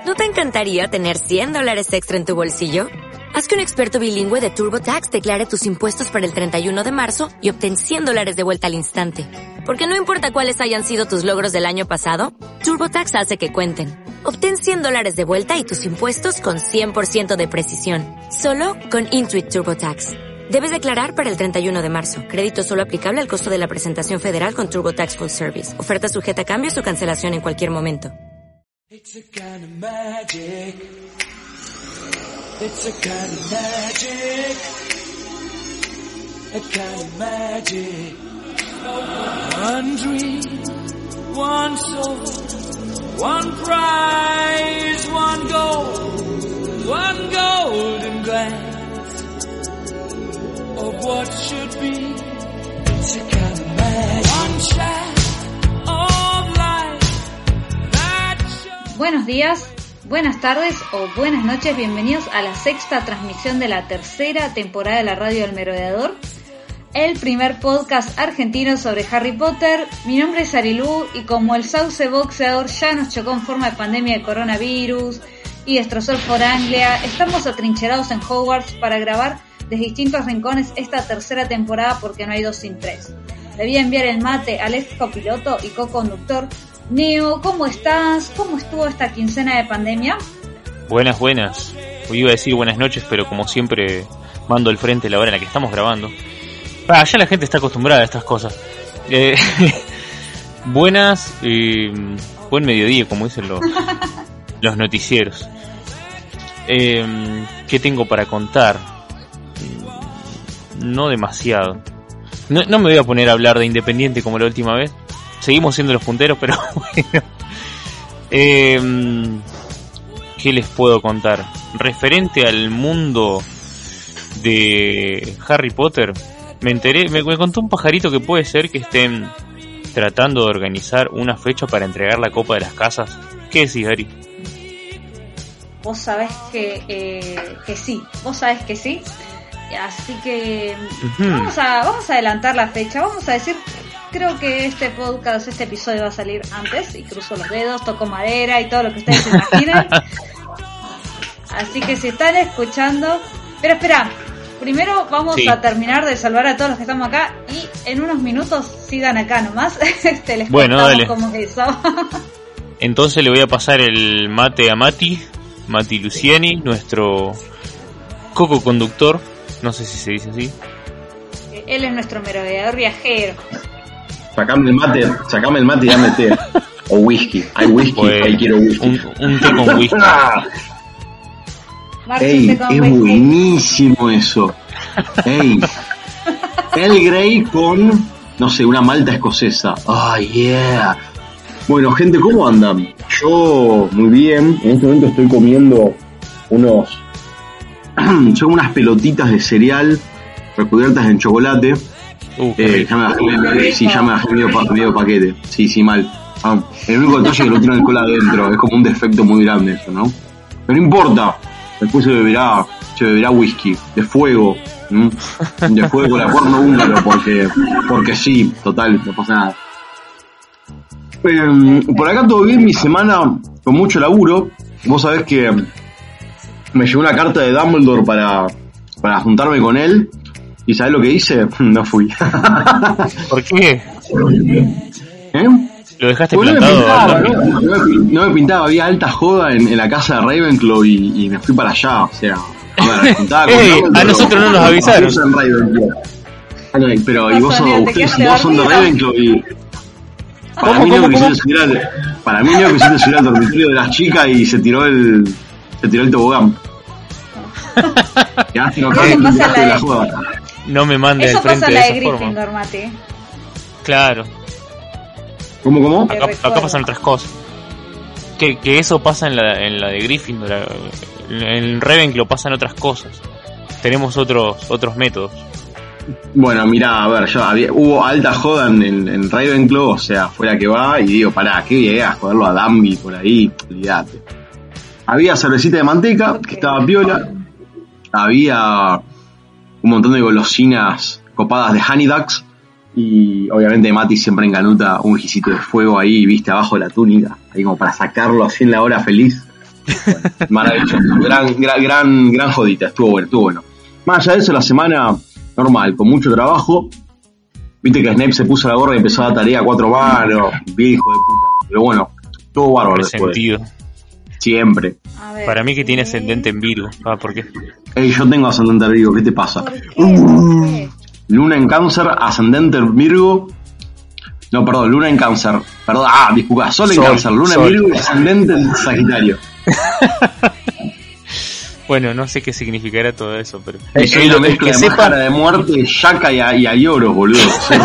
¿No te encantaría tener $100 extra en tu bolsillo? Haz que un experto bilingüe de TurboTax declare tus impuestos para el 31 de marzo y obtén $100 de vuelta al instante. Porque no importa cuáles hayan sido tus logros del año pasado, TurboTax hace que cuenten. Obtén $100 de vuelta y tus impuestos con 100% de precisión. Solo con Intuit TurboTax. Debes declarar para el 31 de marzo. Crédito solo aplicable al costo de la presentación federal con TurboTax Full Service. Oferta sujeta a cambios o cancelación en cualquier momento. It's a kind of magic. It's a kind of magic. A kind of magic. One dream, one soul, one prize, one golden glance of what should be. It's a kind of magic. One shaft of light. Buenos días, buenas tardes o buenas noches, bienvenidos a la sexta transmisión de la tercera temporada de la Radio del Merodeador, el primer podcast argentino sobre Harry Potter. Mi nombre es Arilú y como el sauce boxeador ya nos chocó en forma de pandemia de coronavirus y destrozó el Foranglia, estamos atrincherados en Hogwarts para grabar desde distintos rincones esta tercera temporada porque no hay 2 sin 3. Debía enviar el mate al ex copiloto y co-conductor Neo. ¿Cómo estás? ¿Cómo estuvo esta quincena de pandemia? Buenas. Hoy iba a decir buenas noches, pero como siempre mando al frente la hora en la que estamos grabando. Ya la gente está acostumbrada a estas cosas. Buenas, buen mediodía, como dicen los noticieros. ¿Qué tengo para contar? No demasiado. No me voy a poner a hablar de Independiente como la última vez. Seguimos siendo los punteros, pero bueno. ¿Qué les puedo contar? Referente al mundo de Harry Potter, me contó un pajarito que puede ser que estén tratando de organizar una fecha para entregar la Copa de las Casas. ¿Qué decís, Ari? Vos sabés que sí, así que vamos a adelantar la fecha, vamos a decir. Creo que este podcast, este episodio va a salir antes y cruzo los dedos, toco madera y todo lo que ustedes se imaginen. Así que si están escuchando... Pero espera, primero vamos a terminar de salvar a todos los que estamos acá y en unos minutos sigan acá nomás. Les contamos cómo es eso. Entonces le voy a pasar el mate a Mati Luciani, nuestro co-conductor, no sé si se dice así. Él es nuestro merodeador viajero. Sacame el mate y dame té. O whisky. Hay whisky, pues, ahí quiero whisky. Un té con whisky. Ey, es buenísimo eso. Ey. Earl Grey con, no sé, una malta escocesa. Oh, yeah. Bueno, gente, ¿cómo andan? Yo, muy bien. En este momento estoy comiendo son unas pelotitas de cereal recubiertas en chocolate. Ya me bajé medio paquete. Sí, mal. El único detalle es que lo tiene alcohol adentro. Es como un defecto muy grande eso, ¿no? Pero no importa. Después se beberá whisky de fuego. De fuego, la cuerno húngaro, porque sí, total, no pasa nada. Por acá todo bien, mi semana con mucho laburo. Vos sabés que me llegó una carta de Dumbledore para juntarme con él. ¿Y sabés lo que hice? No fui. ¿Por qué? ¿Lo dejaste pues plantado? No me pintaba, había alta joda en la casa de Ravenclaw y me fui para allá. O sea, a nosotros no nos avisaron. Pero y vos son de Ravenclaw y... Para mí no quisiste subir al dormitorio de las chicas y se tiró el tobogán. Quedaste de la joda. No me mande al frente de esa forma. Mate. Claro. ¿Cómo? Acá pasan otras cosas. Que eso pasa en la de Gryffindor. En Ravenclaw pasan otras cosas. Tenemos otros métodos. Bueno, mirá, a ver, hubo alta joda en Ravenclaw, o sea, fuera que va, y digo, pará, ¿qué llegué a joderlo a Dumby por ahí? Olvídate. Había cervecita de manteca, que estaba piola. Había un montón de golosinas copadas de Honey Ducks. Y obviamente Mati siempre enganuta un guisito de fuego ahí, viste, abajo de la túnica. Ahí como para sacarlo así en la hora feliz. Bueno, maravilloso, gran jodita, estuvo bueno. Más allá de eso, la semana normal, con mucho trabajo. Viste que Snape se puso la gorra y empezó a dar tarea a 4 manos, bien hijo de puta. Pero bueno, estuvo bárbaro después. Siempre. Para mí que tiene ascendente en Virgo. ¿Por qué? Yo tengo ascendente en Virgo, ¿qué te pasa? Luna en Cáncer, ascendente en Virgo. No, perdón, Luna en Cáncer. Perdón, disculpa, Sol en Cáncer, Luna en Virgo y ascendente en Sagitario. Bueno, no sé qué significará todo eso, pero... Es una mezcla de máscara de muerte, Yaka y Aioros, boludo.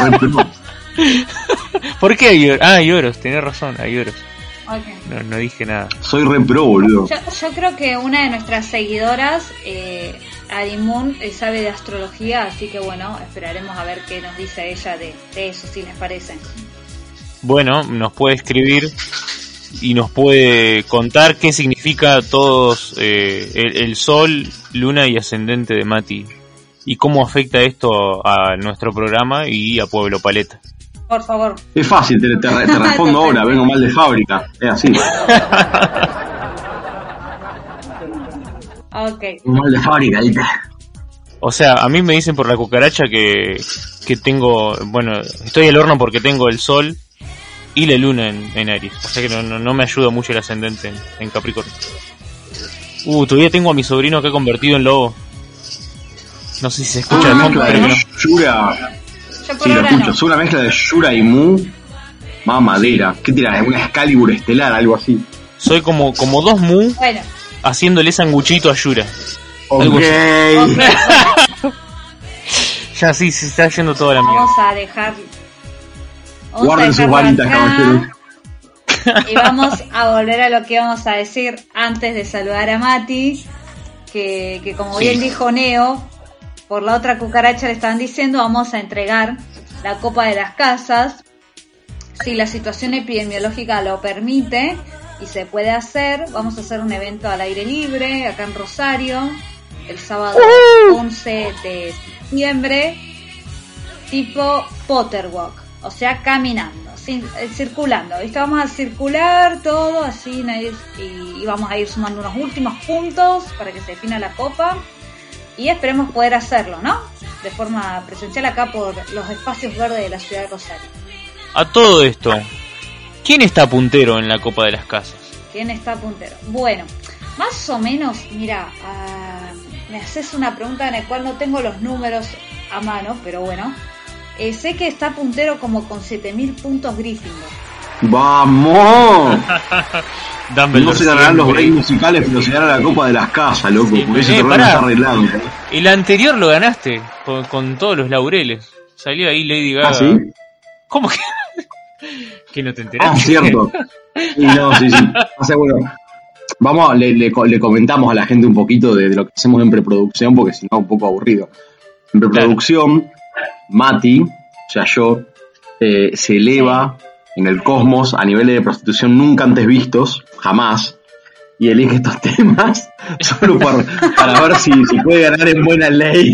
¿Por qué Aioros? Aioros, tenés razón, Aioros. Okay. No dije nada. Soy re pro, boludo. Yo creo que una de nuestras seguidoras, Adimun, sabe de astrología, así que bueno, esperaremos a ver qué nos dice ella de eso, si les parece. Bueno, nos puede escribir y nos puede contar qué significa todos el Sol, Luna y Ascendente de Mati y cómo afecta esto a nuestro programa y a Pueblo Paleta. Por favor. Es fácil, te respondo ahora, vengo mal de fábrica, es así. Okay. Mal de fábrica, O sea, a mí me dicen por la cucaracha que tengo, bueno, estoy al horno porque tengo el Sol y la Luna en Aries. O sea que no me ayuda mucho el ascendente en Capricornio. Todavía tengo a mi sobrino acá convertido en lobo. No sé si se escucha de fondo, pero no. Yura. Sí, lo escucho. Es una mezcla de Yura y Mu. Más madera. ¿Qué tiras? ¿Una Excalibur estelar? Algo así. Soy como 2 Mu haciéndole sanguchito a Yura. Okay. Ya sí, se está yendo toda la mierda. Vamos a dejar... Guarden sus varitas, caballeros. Y vamos a volver a lo que íbamos a decir antes de saludar a Mati, que como bien dijo Neo, por la otra cucaracha le estaban diciendo, vamos a entregar la copa de las casas, si la situación epidemiológica lo permite y se puede hacer. Vamos a hacer un evento al aire libre acá en Rosario el sábado 11 de septiembre, tipo Potterwalk, o sea, caminando, circulando, ¿viste? Vamos a circular todo así y vamos a ir sumando unos últimos puntos para que se defina la copa y esperemos poder hacerlo, ¿no? De forma presencial acá por los espacios verdes de la ciudad de Rosario. A todo esto, ¿quién está puntero en la Copa de las Casas? ¿Quién está puntero? Bueno, más o menos, mira, me haces una pregunta en la cual no tengo los números a mano, pero bueno, sé que está puntero como con 7.000 puntos Gryffindor. ¡Vamos! No se ganarán los breaks musicales, pero se ganará la Copa de las Casas, loco, sí, porque ese torneo está arreglado. El anterior lo ganaste con todos los laureles. Salió ahí Lady Gaga. ¿Ah, sí? ¿Cómo que? ¿Que no te enteraste? Cierto. Sí. O sea, bueno, vamos, le comentamos a la gente un poquito de lo que hacemos en preproducción, porque si no un poco aburrido. En preproducción, Mati, o sea yo, se eleva en el cosmos a niveles de prostitución nunca antes vistos, jamás, y elige estos temas solo para ver si puede ganar en buena ley.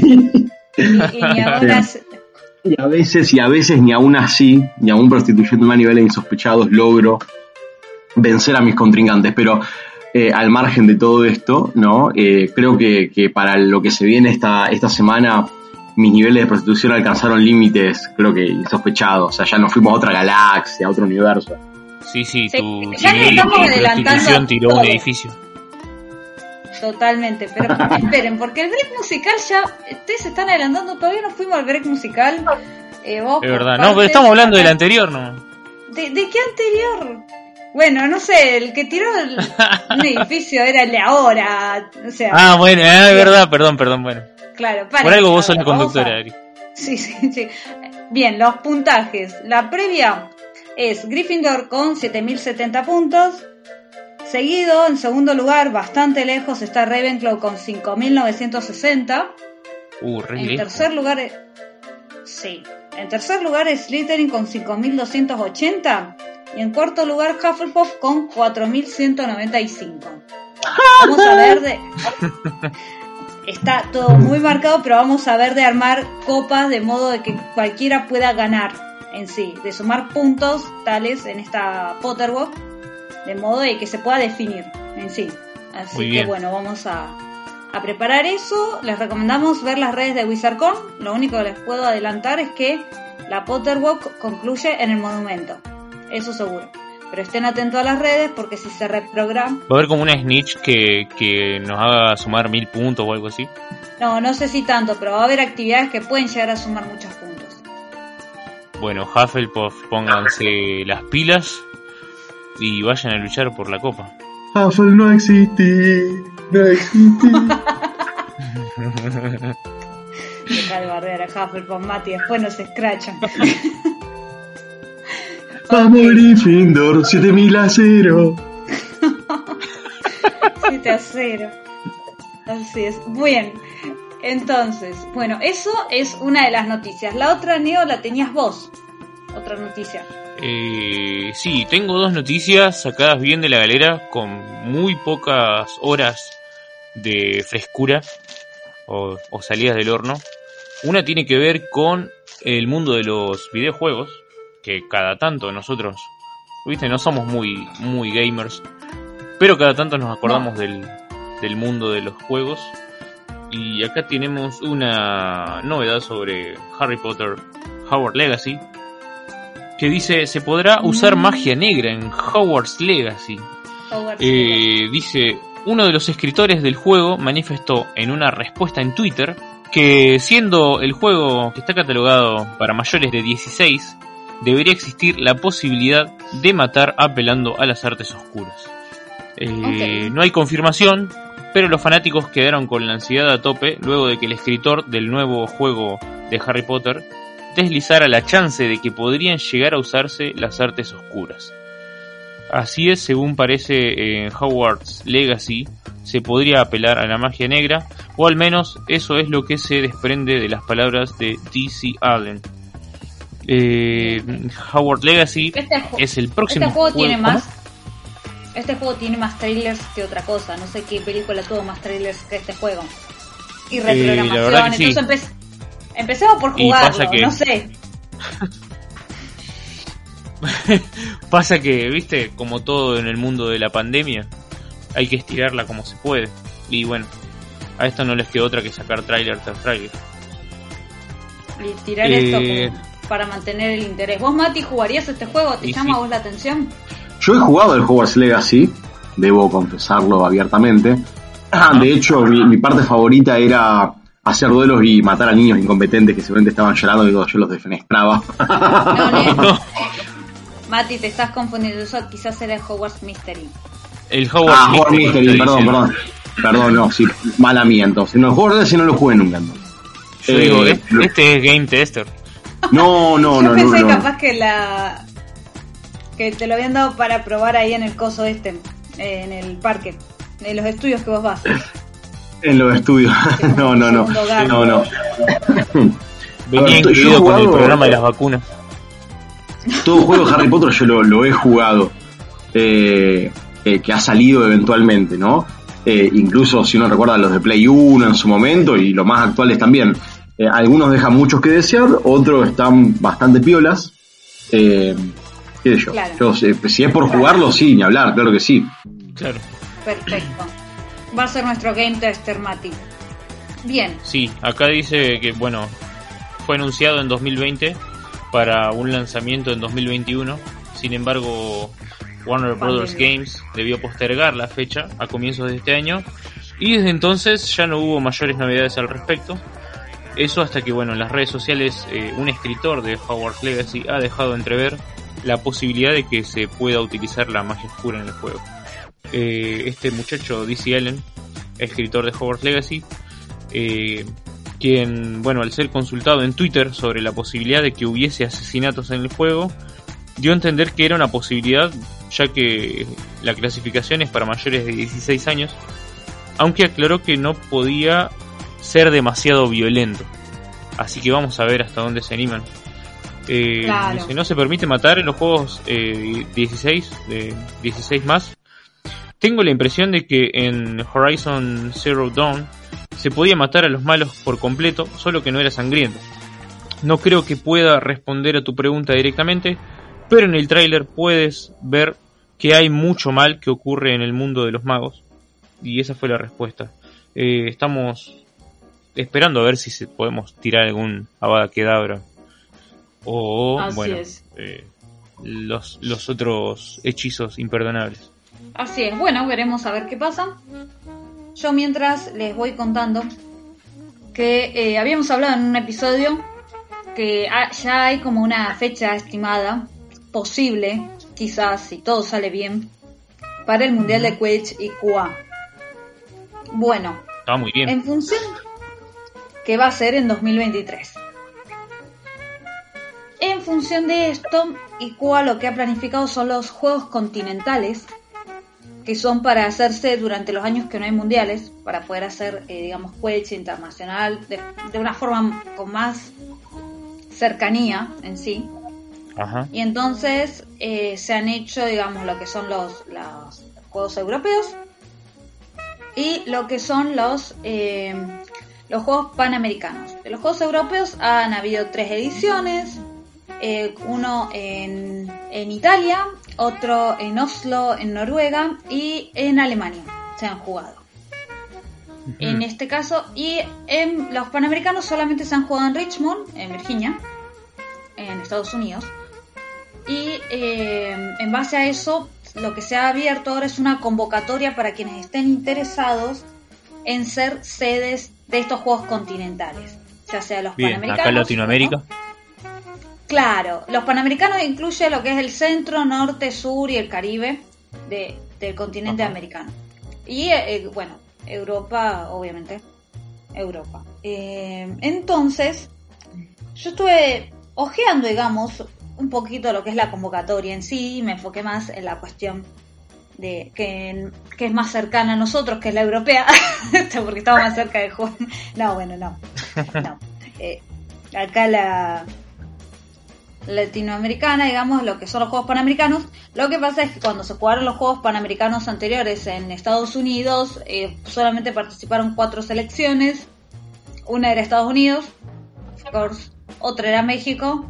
Y a veces ni aún así, ni aún prostituyéndome a niveles insospechados, logro vencer a mis contrincantes. Pero al margen de todo esto, ¿no? Creo que para lo que se viene esta semana, mis niveles de prostitución alcanzaron límites, creo que insospechados. O sea, ya nos fuimos a otra galaxia, a otro universo. Sí, tu nivel de prostitución tiró un edificio. Totalmente, pero esperen, porque el break musical ya, ustedes se están adelantando, todavía no fuimos al break musical. Vos, es verdad, no, pero estamos hablando del anterior, ¿no? ¿De qué anterior? Bueno, no sé, el que tiró un edificio era el de ahora, o sea... bueno, es verdad, perdón, bueno. Claro, por algo vos sos la conductora, Ari. Sí. Bien, los puntajes. La previa es Gryffindor con 7.070 puntos. Seguido, en segundo lugar, bastante lejos, está Ravenclaw con 5.960. En tercer lugar... En tercer lugar es Slytherin con 5.280. Y en cuarto lugar Hufflepuff con 4.195. Vamos a ver Está todo muy marcado, pero vamos a ver de armar copas de modo de que cualquiera pueda ganar en sí, de sumar puntos tales en esta Potterwalk, de modo de que se pueda definir en sí. Así que bueno, vamos a preparar eso. Les recomendamos ver las redes de WizardCon. Lo único que les puedo adelantar es que la Potter Walk concluye en el monumento. Eso seguro. Pero estén atentos a las redes porque si se reprograma... ¿Va a haber como una snitch que nos haga sumar 1000 puntos o algo así? No sé si tanto, pero va a haber actividades que pueden llegar a sumar muchos puntos. Bueno, Hufflepuff, pónganse las pilas y vayan a luchar por la copa. Hufflepuff no existe. Deja de barrer a Hufflepuff, Mati, después nos escrachan. Vamos Gryffindor, 7000-0. 7-0. Así es. Bien. Entonces, bueno, eso es una de las noticias. La otra, Neo, la tenías vos. Otra noticia. Sí, tengo 2 noticias sacadas bien de la galera con muy pocas horas de frescura o salidas del horno. Una tiene que ver con el mundo de los videojuegos, que cada tanto nosotros, viste, no somos muy gamers, pero cada tanto nos acordamos del mundo de los juegos. Y acá tenemos una novedad sobre Harry Potter Hogwarts Legacy, que dice: se podrá usar magia negra en Hogwarts Legacy. Dice: uno de los escritores del juego manifestó en una respuesta en Twitter que, siendo el juego que está catalogado para mayores de 16, debería existir la posibilidad de matar apelando a las artes oscuras. No hay confirmación, pero los fanáticos quedaron con la ansiedad a tope luego de que el escritor del nuevo juego de Harry Potter deslizara la chance de que podrían llegar a usarse las artes oscuras. Así es, según parece en Hogwarts Legacy, se podría apelar a la magia negra, o al menos eso es lo que se desprende de las palabras de T.C. Allen. Hogwarts Legacy es el próximo juego. Este juego tiene más trailers que otra cosa. No sé qué película tuvo más trailers que este juego. Y reprogramación. Entonces sí. Empecemos por jugarlo, no sé. Pasa que, viste, como todo en el mundo de la pandemia, hay que estirarla como se puede. Y bueno, a esto no les quedó otra que sacar trailer tras trailer. Y tirar esto para mantener el interés. ¿Vos, Mati, jugarías este juego? ¿Te llama a vos la atención? Yo he jugado el Hogwarts Legacy, debo confesarlo abiertamente. De hecho, mi parte favorita era hacer duelos y matar a niños incompetentes que seguramente estaban llorando y yo los defenestraba. No. Mati, te estás confundiendo. Eso quizás era el Hogwarts Mystery. El Hogwarts Mystery, perdón, no, sí, mala mía entonces. No, el Hogwarts Legacy no lo jugué nunca entonces. Yo digo, este es Game Tester. No. Yo pensé capaz que te lo habían dado para probar ahí en el coso en el parque, en los estudios que vos vas. En los estudios. No. Venía incluido con el programa de las vacunas. Todo juego de Harry Potter yo lo he jugado, que ha salido eventualmente, ¿no? Incluso si uno recuerda los de Play 1 en su momento y los más actuales también. Algunos dejan muchos que desear, otros están bastante piolas. ¿Qué sé yo? Claro. Si es por jugarlo, sí, ni hablar, claro que sí. Claro. Perfecto. Va a ser nuestro Game Tester, Mati. Bien. Sí, acá dice que, bueno, fue anunciado en 2020 para un lanzamiento en 2021. Sin embargo, Warner Bros. Games debió postergar la fecha a comienzos de este año y desde entonces ya no hubo mayores novedades al respecto. Eso hasta que, bueno, en las redes sociales un escritor de Hogwarts Legacy ha dejado entrever la posibilidad de que se pueda utilizar la magia oscura en el juego. Este muchacho, D.C. Allen, escritor de Hogwarts Legacy, quien, bueno, al ser consultado en Twitter sobre la posibilidad de que hubiese asesinatos en el juego, dio a entender que era una posibilidad, ya que la clasificación es para mayores de 16 años, aunque aclaró que no podía ser demasiado violento. Así que vamos a ver hasta dónde se animan. Claro. Dice, no se permite matar en los juegos 16 más. Tengo la impresión de que en Horizon Zero Dawn se podía matar a los malos por completo, solo que no era sangriento. No creo que pueda responder a tu pregunta directamente, pero en el tráiler puedes ver que hay mucho mal que ocurre en el mundo de los magos. y esa fue la respuesta. Estamos esperando a ver si podemos tirar algún Avada Kedavra o los otros hechizos imperdonables. Así es, bueno, veremos a ver qué pasa. Yo mientras les voy contando que habíamos hablado en un episodio que ya hay como una fecha estimada, posible, quizás si todo sale bien, para el Mundial de Quidditch IQA. Bueno, está muy bien. En función que va a ser en 2023. En función de esto, IQA lo que ha planificado son los Juegos Continentales, que son para hacerse durante los años que no hay mundiales, para poder hacer, digamos, Quidditch internacional de una forma con más cercanía en sí. Ajá. Y entonces se han hecho, digamos, lo que son los Juegos Europeos y lo que son los Juegos Panamericanos. De los Juegos Europeos han habido 3 ediciones, uno en Italia, otro en Oslo, en Noruega, y en Alemania se han jugado. En este caso, y en los Panamericanos solamente se han jugado en Richmond, en Virginia, en Estados Unidos. Y en base a eso, lo que se ha abierto ahora es una convocatoria para quienes estén interesados en ser sedes de estos Juegos Continentales, ya sea los Panamericanos. Acá en Latinoamérica. ¿No? Claro, los Panamericanos incluye lo que es el centro, norte, sur y el Caribe del continente americano. Y bueno, Europa, obviamente. Europa. Entonces, yo estuve ojeando, digamos, un poquito lo que es la convocatoria en sí, y me enfoqué más en la cuestión de que es más cercana a nosotros, que es la europea, porque estamos más cerca del juego. No, bueno, no. Acá la latinoamericana, digamos, lo que son los Juegos Panamericanos. Lo que pasa es que cuando se jugaron los Juegos Panamericanos anteriores en Estados Unidos, solamente participaron 4 selecciones. Una era Estados Unidos, of course, otra era México,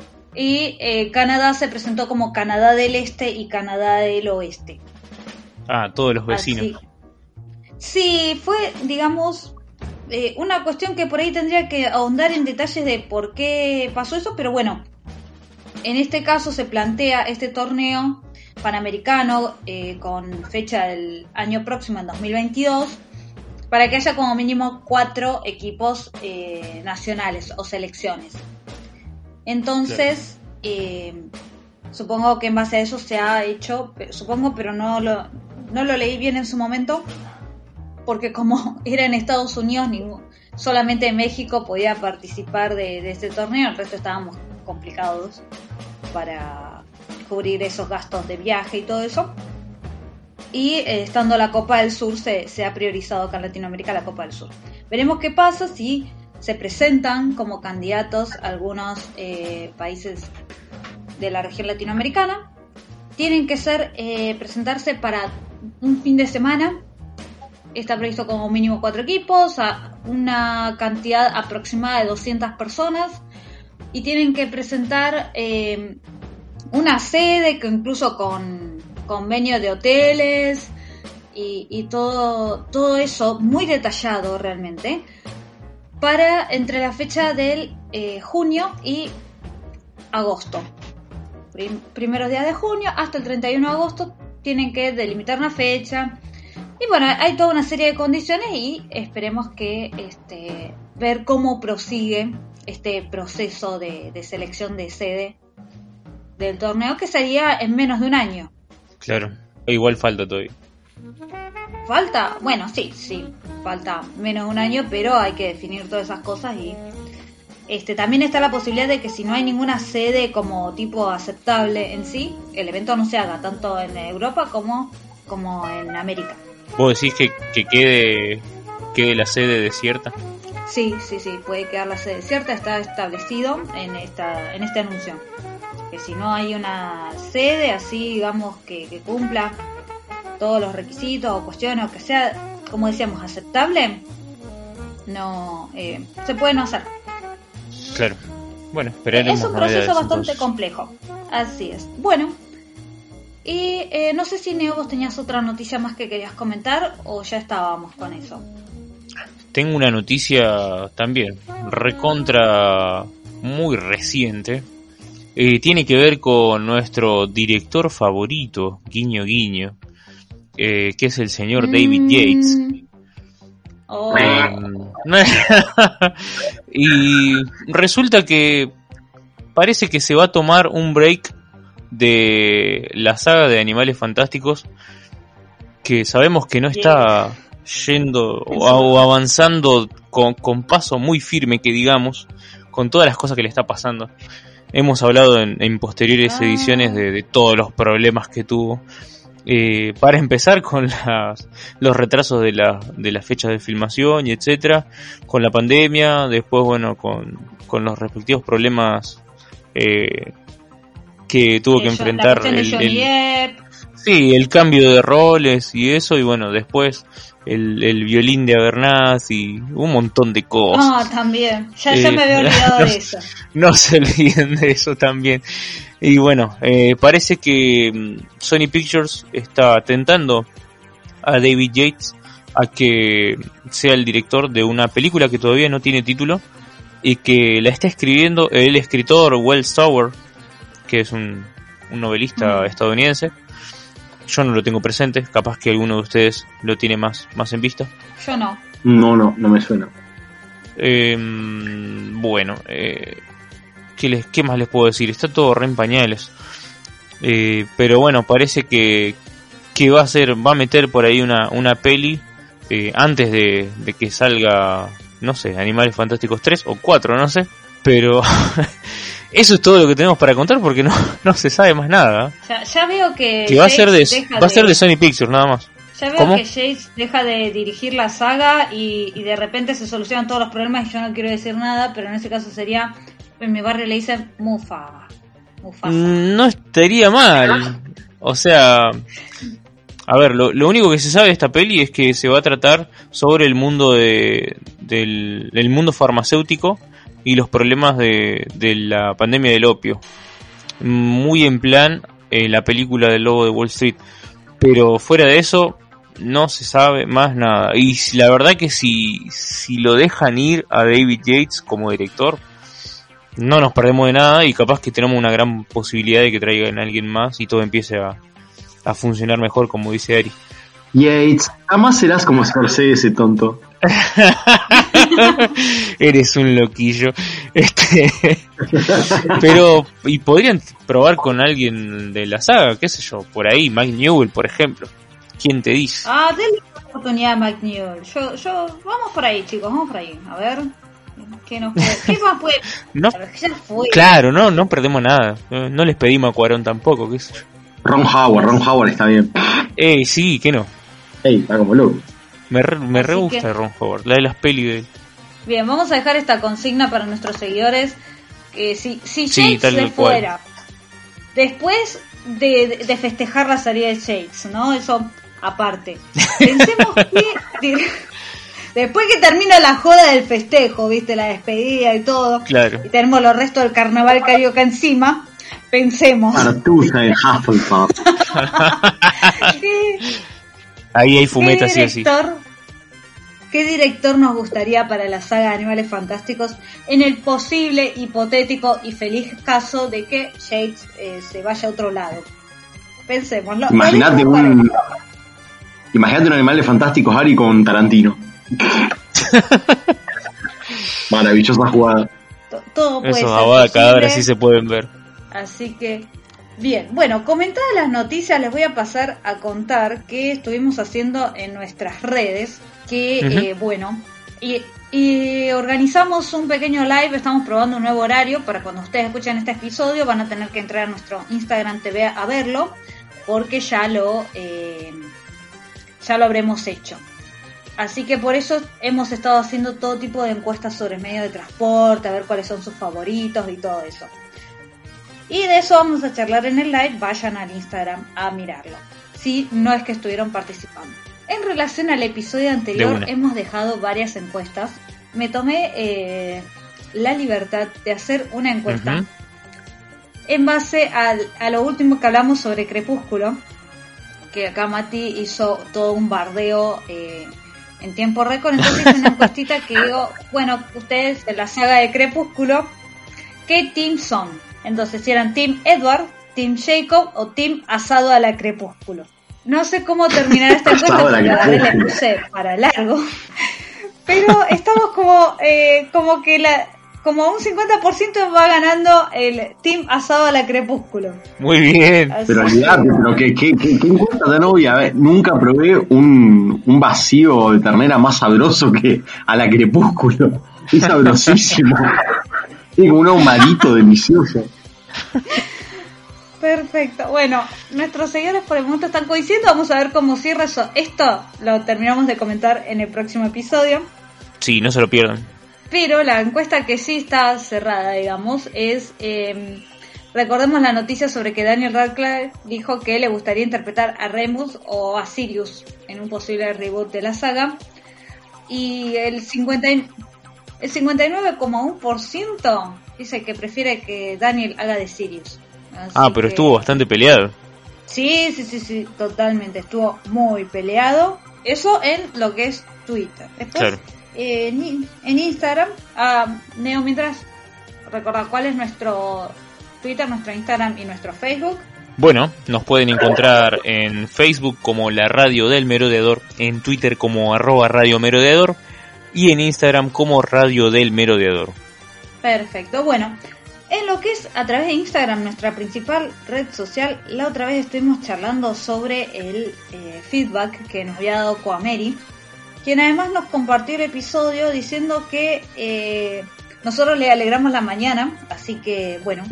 y Canadá se presentó como Canadá del Este y Canadá del Oeste. Todos los vecinos. Así. Sí, fue, digamos, una cuestión que por ahí tendría que ahondar en detalles de por qué pasó eso, pero bueno, en este caso se plantea este torneo panamericano con fecha del año próximo, en 2022, para que haya como mínimo 4 equipos nacionales o selecciones. Entonces, supongo que en base a eso se ha hecho, supongo, pero no lo leí bien en su momento, porque como era en Estados Unidos, solamente México podía participar de este torneo, el resto estábamos complicados para cubrir esos gastos de viaje y todo eso. Y estando la Copa del Sur, se ha priorizado acá en Latinoamérica la Copa del Sur. Veremos qué pasa si se presentan como candidatos algunos países de la región latinoamericana. Tienen que presentarse para un fin de semana. Está previsto como mínimo 4 equipos, a una cantidad aproximada de 200 personas, y tienen que presentar una sede que incluso con convenio de hoteles y todo eso muy detallado realmente, para entre la fecha del junio y agosto. Primeros días de junio hasta el 31 de agosto tienen que delimitar una fecha. Y bueno, hay toda una serie de condiciones y esperemos que ver cómo prosigue este proceso de selección de sede del torneo, que sería en menos de un año. Claro, igual falta todavía. ¿Falta? Bueno, sí, falta menos de un año, pero hay que definir todas esas cosas y también está la posibilidad de que si no hay ninguna sede como tipo aceptable en sí, el evento no se haga tanto en Europa como en América. ¿Vos decís que quede la sede desierta? Sí, puede quedar la sede desierta, está establecido en este anuncio. Que si no hay una sede así, digamos, que cumpla todos los requisitos o cuestiones, o que sea, como decíamos, aceptable, no se puede no hacer. Claro. Bueno, esperaremos. Es un proceso bastante entonces complejo. Así es. Bueno, Y no sé si Neo, vos tenías otra noticia más que querías comentar o ya estábamos con eso. Tengo una noticia también, recontra muy reciente. Tiene que ver con nuestro director favorito, guiño guiño, que es el señor David Yates. Oh. Y resulta que parece que se va a tomar un break de la saga de Animales Fantásticos, que sabemos que no está yendo o avanzando con paso muy firme, que digamos, con todas las cosas que le está pasando. Hemos hablado en posteriores ediciones de todos los problemas que tuvo. Para empezar con los retrasos de las fechas de filmación y etcétera, con la pandemia, después bueno con los respectivos problemas que tuvo que enfrentar el cambio de roles y eso, y bueno, después el violín de Abernathy y un montón de cosas. También, ya me había olvidado de eso. No se olviden de eso también. Y bueno, parece que Sony Pictures está tentando a David Yates a que sea el director de una película que todavía no tiene título y que la está escribiendo el escritor Wells Tower, que es un novelista estadounidense. Yo no lo tengo presente, capaz que alguno de ustedes lo tiene más en vista. Yo no. No me suena. Bueno, ¿qué más les puedo decir? Está todo re en pañales. Pero bueno, parece que va a meter por ahí una peli antes de que salga, no sé, Animales Fantásticos 3 o 4, no sé. Pero eso es todo lo que tenemos para contar porque no se sabe más nada. Ya veo que va a ser de Sony Pictures nada más. Ya veo que Yates deja de dirigir la saga y de repente se solucionan todos los problemas y yo no quiero decir nada, pero en ese caso sería, en mi barrio le dicen Mufasa. No estaría mal. O sea, a ver, lo único que se sabe de esta peli es que se va a tratar sobre el mundo del mundo farmacéutico y los problemas de la pandemia del opio. Muy en plan la película del Lobo de Wall Street. Pero fuera de eso, no se sabe más nada. Y la verdad que si lo dejan ir a David Yates como director, no nos perdemos de nada y capaz que tenemos una gran posibilidad de que traigan a alguien más y todo empiece a funcionar mejor, como dice Ari. Yates, jamás serás como Scorsese, tonto. Eres un loquillo. Pero y podrían probar con alguien de la saga, qué sé yo, por ahí Mike Newell, por ejemplo. ¿Quién te dice? Denle una oportunidad a Mike Newell. Yo vamos por ahí, chicos, vamos por ahí. A ver qué más puede. No, ya fue. Claro, no perdemos nada. No les pedimos a Cuarón tampoco, qué sé yo. Ron Howard está bien. Sí, ¿qué no? Está como loco. Me re gusta Ron Howard, la de las pelis de él. Bien, vamos a dejar esta consigna para nuestros seguidores. Que si Yates se fuera, después de festejar la salida de Yates, ¿no? Eso aparte. Pensemos que después que termina la joda del festejo, viste, la despedida y todo, claro, y tenemos los restos del carnaval carioca encima, pensemos. Artusa en Hufflepuff. Ahí hay fumeta, sí o sí. ¿Qué director nos gustaría para la saga de Animales Fantásticos en el posible, hipotético y feliz caso de que Yates se vaya a otro lado? Pensémoslo. Imagínate un Animales Fantásticos, Ari, con Tarantino. Maravillosa jugada. Todo puede ser esos abacadabras sí se pueden ver. Así que, bien. Bueno, comentadas las noticias, les voy a pasar a contar qué estuvimos haciendo en nuestras redes. Que, y organizamos un pequeño live, estamos probando un nuevo horario para cuando ustedes escuchen este episodio, van a tener que entrar a nuestro Instagram TV a verlo, porque ya lo habremos hecho. Así que por eso hemos estado haciendo todo tipo de encuestas sobre medios de transporte, a ver cuáles son sus favoritos y todo eso. Y de eso vamos a charlar en el live, vayan al Instagram a mirarlo, si no es que estuvieron participando. En relación al episodio anterior, hemos dejado varias encuestas. Me tomé la libertad de hacer una encuesta en base a lo último que hablamos sobre Crepúsculo, que acá Mati hizo todo un bardeo en tiempo récord. Entonces hice una encuestita que digo, bueno, ustedes en la saga de Crepúsculo, ¿qué team son? Entonces, si eran Team Edward, Team Jacob o Team Asado a la Crepúsculo. No sé cómo terminar esta encuesta porque la verdad le puse para largo. Pero estamos como un 50% va ganando el Team Asado a la Crepúsculo. Muy bien. Así pero olvidate, pero ¿qué encuesta tan obvia? A ver, nunca probé un vacío de ternera más sabroso que a la Crepúsculo. Es sabrosísimo. Es como un ahumadito delicioso. Perfecto. Bueno, nuestros seguidores por el momento están coincidiendo. Vamos a ver cómo cierra eso. Esto lo terminamos de comentar en el próximo episodio. Sí, no se lo pierdan. Pero la encuesta que sí está cerrada, digamos, es... recordemos la noticia sobre que Daniel Radcliffe dijo que le gustaría interpretar a Remus o a Sirius en un posible reboot de la saga. Y el 59,1% dice que prefiere que Daniel haga de Sirius. Así pero estuvo bastante peleado. Sí, totalmente. Estuvo muy peleado. Eso en lo que es Twitter. Después, claro. En Instagram, Neo, mientras recordar cuál es nuestro Twitter, nuestro Instagram y nuestro Facebook. Bueno, nos pueden encontrar en Facebook como La Radio del Merodeador, en Twitter como @Radio Merodeador y en Instagram como Radio del Merodeador. Perfecto, bueno, en lo que es a través de Instagram, nuestra principal red social, la otra vez estuvimos charlando sobre el feedback que nos había dado Coameri, quien además nos compartió el episodio diciendo que nosotros le alegramos la mañana, así que bueno,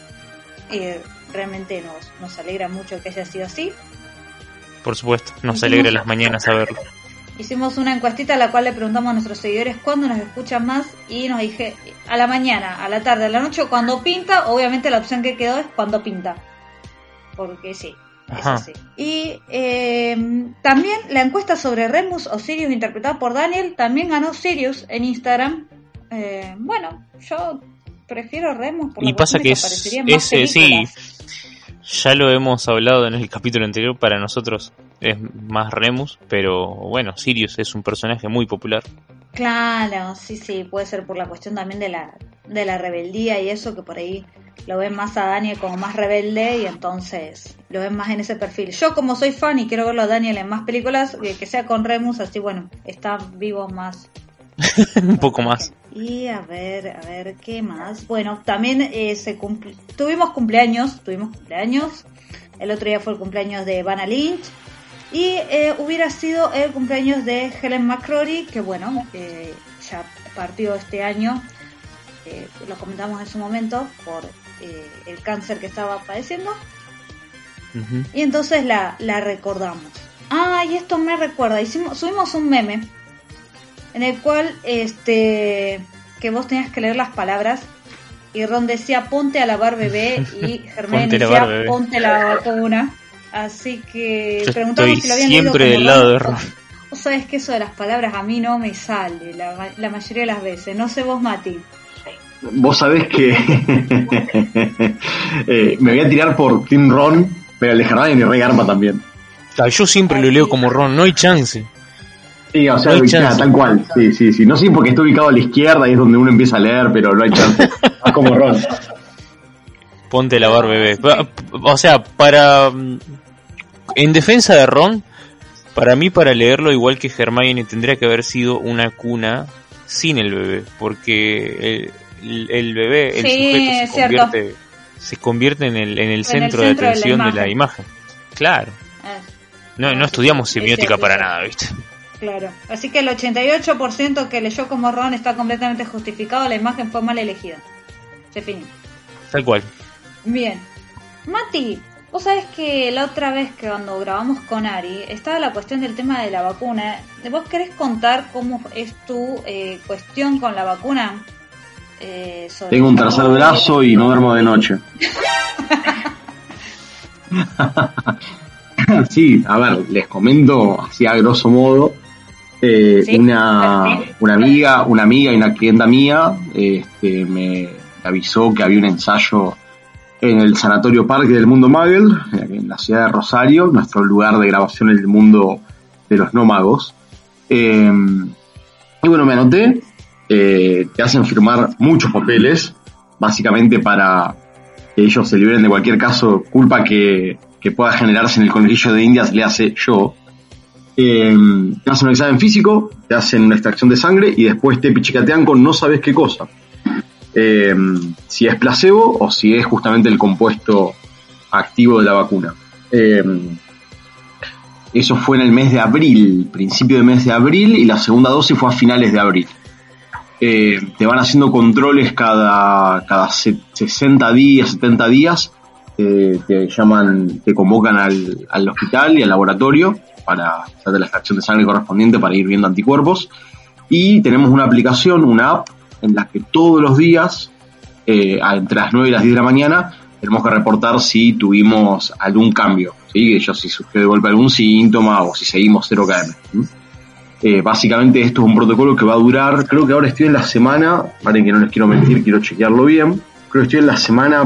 realmente nos alegra mucho que haya sido así. Por supuesto, nos alegra las mañanas saberlo. Hicimos una encuestita a la cual le preguntamos a nuestros seguidores cuándo nos escuchan más y nos dije a la mañana, a la tarde, a la noche, cuando pinta. Obviamente la opción que quedó es cuando pinta, porque sí. Eso sí. Y también la encuesta sobre Remus o Sirius interpretado por Daniel, también ganó Sirius en Instagram. Bueno, yo prefiero Remus por y pasa que aparecerían más películas. Sí, ya lo hemos hablado en el capítulo anterior, para nosotros es más Remus, pero bueno, Sirius es un personaje muy popular. Claro, sí, puede ser por la cuestión también de la rebeldía y eso, que por ahí lo ven más a Daniel como más rebelde y entonces lo ven más en ese perfil. Yo, como soy fan y quiero verlo a Daniel en más películas, que sea con Remus, así bueno, está vivo más. Un poco más. Y a ver, ¿qué más? Bueno, también tuvimos cumpleaños. El otro día fue el cumpleaños de Vanna Lynch. Y hubiera sido el cumpleaños de Helen McCrory, que bueno, ya partió este año. Lo comentamos en su momento por el cáncer que estaba padeciendo. Uh-huh. Y entonces la recordamos. Y esto me recuerda, subimos un meme en el cual que vos tenías que leer las palabras y Ron decía ponte a lavar bebé y Hermione decía ponte la vacuna. Así que yo preguntamos si lo habían siempre leído del lado de Ron. Vos sabés que eso de las palabras a mí no me sale la mayoría de las veces. No sé vos, Mati. Vos sabés que me voy a tirar por Team Ron, pero el de Hermione y Rey Arma también. Yo siempre lo leo como Ron, no hay chance. Sí, o sea, no tal cual. Sí. No sé porque está ubicado a la izquierda y es donde uno empieza a leer, pero no hay chance. Como Ron. Ponte a lavar bebé. O sea, en defensa de Ron, para mí, para leerlo igual que Hermione, tendría que haber sido una cuna sin el bebé, porque el bebé, el sujeto se convierte en el centro de atención de la imagen. Claro. No estudiamos semiótica para nada, ¿viste? Claro. Así que el 88% que leyó como Ron está completamente justificado, la imagen fue mal elegida. Se finí. Tal cual. Bien. Mati, vos sabés que la otra vez que cuando grabamos con Ari estaba la cuestión del tema de la vacuna. ¿Vos querés contar cómo es tu cuestión con la vacuna? Tengo un tercer brazo y no duermo de noche. Sí, a ver, les comento así a grosso modo. ¿Sí? Una amiga y una clienta mía me avisó que había un ensayo en el Sanatorio Parque del Mundo Muggle, en la ciudad de Rosario, nuestro lugar de grabación en el mundo de los no magos. Y bueno, me anoté. Te hacen firmar muchos papeles, básicamente para que ellos se liberen de cualquier culpa que pueda generarse en el conejillo de Indias, le hace yo. Te hacen un examen físico, te hacen una extracción de sangre y después te pichicatean con no sabes qué cosa. Si es placebo o si es justamente el compuesto activo de la vacuna. Eso fue en el mes de abril, principio del mes de abril, y la segunda dosis fue a finales de abril. Te van haciendo controles cada 60 días, 70 días. Te convocan al hospital y al laboratorio para hacer la extracción de sangre correspondiente para ir viendo anticuerpos. Y tenemos una aplicación, una app, en la que todos los días, entre las 9 y las 10 de la mañana, tenemos que reportar si tuvimos algún cambio, ¿sí? Si surgió de golpe algún síntoma o si seguimos 0 km. Básicamente esto es un protocolo que va a durar, creo que ahora estoy en la semana, paren que no les quiero mentir, quiero chequearlo bien, creo que estoy en la semana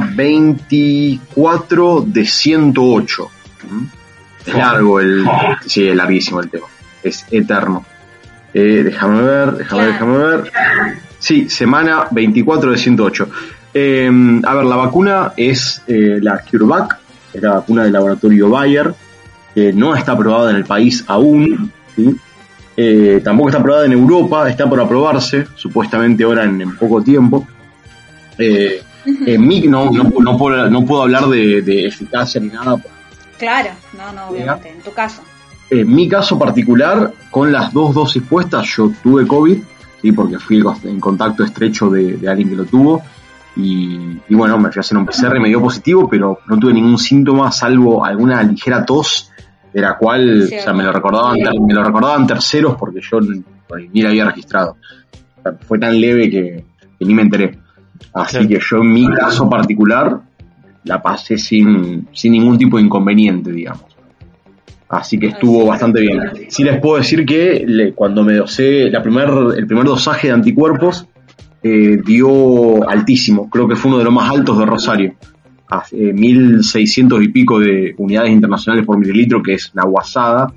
24 de 108. Es largo sí, es larguísimo el tema, es eterno. Déjame ver. Sí, semana 24 de 108. A ver, la vacuna es la CureVac, es la vacuna del laboratorio Bayer, que no está aprobada en el país aún, ¿sí? Tampoco está aprobada en Europa, está por aprobarse, supuestamente ahora en poco tiempo. En mí no puedo hablar de eficacia ni nada. Claro, no, obviamente, en tu caso. En mi caso particular, con las 2 dosis puestas, yo tuve COVID, ¿sí? Porque fui en contacto estrecho de alguien que lo tuvo. Y bueno, me fui a hacer un PCR y me dio positivo, pero no tuve ningún síntoma, salvo alguna ligera tos, de la cual, sí, o sea, me lo recordaban terceros porque yo ni la había registrado. O sea, fue tan leve que ni me enteré. Así que yo, en mi caso particular, la pasé sin ningún tipo de inconveniente, digamos. Así que estuvo bastante bien. Sí les puedo decir que cuando me dosé el primer dosaje de anticuerpos, dio altísimo. Creo que fue uno de los más altos de Rosario. 1.600 y pico de unidades internacionales por mililitro, que es una guasada.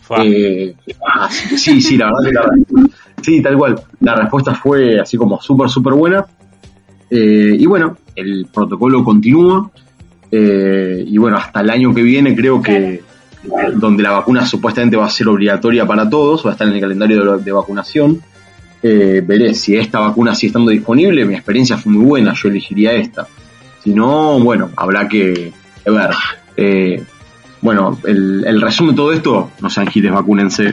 Sí, la verdad que sí, tal cual. La respuesta fue así como súper buena. Y bueno, el protocolo continúa. Y bueno, hasta el año que viene creo que donde la vacuna supuestamente va a ser obligatoria para todos, va a estar en el calendario de vacunación. Veré si esta vacuna sigue estando disponible. Mi experiencia fue muy buena, yo elegiría esta. Si no, bueno, habrá que ver. Bueno, el resumen de todo esto, no sean giles, vacúnense.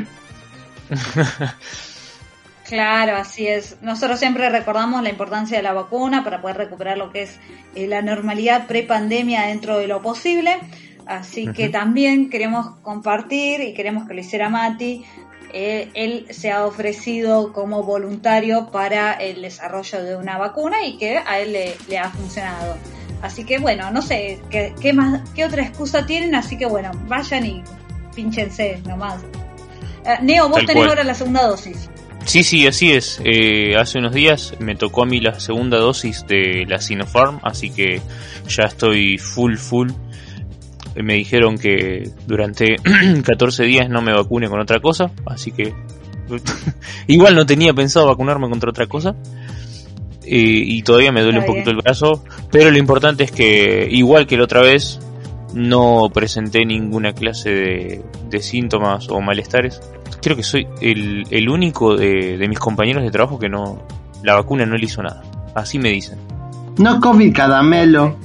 Claro, así es. Nosotros siempre recordamos la importancia de la vacuna para poder recuperar lo que es la normalidad pre-pandemia dentro de lo posible. Así que también queremos compartir y queremos que lo hiciera Mati. Él se ha ofrecido como voluntario para el desarrollo de una vacuna y que a él le ha funcionado. Así que bueno, no sé qué otra excusa tienen, así que bueno, vayan y pínchense nomás. Neo, vos tenés ahora la segunda dosis. Sí, así es. Hace unos días me tocó a mí la segunda dosis de la Sinopharm, así que ya estoy full. Me dijeron que durante 14 días no me vacune con otra cosa, así que igual no tenía pensado vacunarme contra otra cosa. Y todavía me duele un poquito el brazo, pero lo importante es que, igual que la otra vez, no presenté ninguna clase de síntomas o malestares. Creo que soy el único de mis compañeros de trabajo que la vacuna no le hizo nada. Así me dicen. No COVID, caramelo.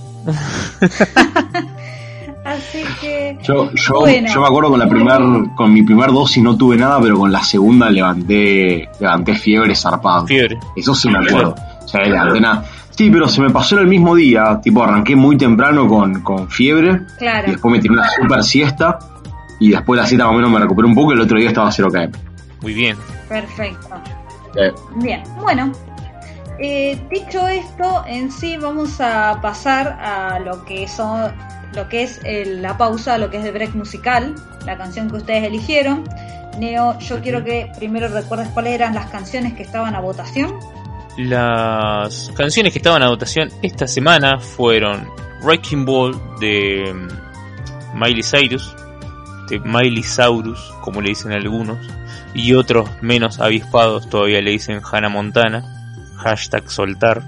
Así que yo me acuerdo con mi primer dosis no tuve nada, pero con la segunda levanté fiebre zarpada. Eso sí me acuerdo. O sea, levanté nada. Sí, pero se me pasó en el mismo día. Tipo, arranqué muy temprano con fiebre. Claro. Y después me tiré una super siesta. Y después de la siesta más o menos me recuperé un poco y el otro día estaba 0 km. Muy bien. Perfecto. Bien, bueno. Dicho esto, en sí vamos a pasar a lo que es la pausa, lo que es el break musical, la canción que ustedes eligieron. Neo, yo quiero que primero recuerdes cuáles eran las canciones que estaban a votación. Las canciones que estaban a votación esta semana fueron Wrecking Ball de Miley Cyrus, de Miley Cyrus, como le dicen algunos, y otros menos avispados todavía le dicen Hannah Montana, #soltar.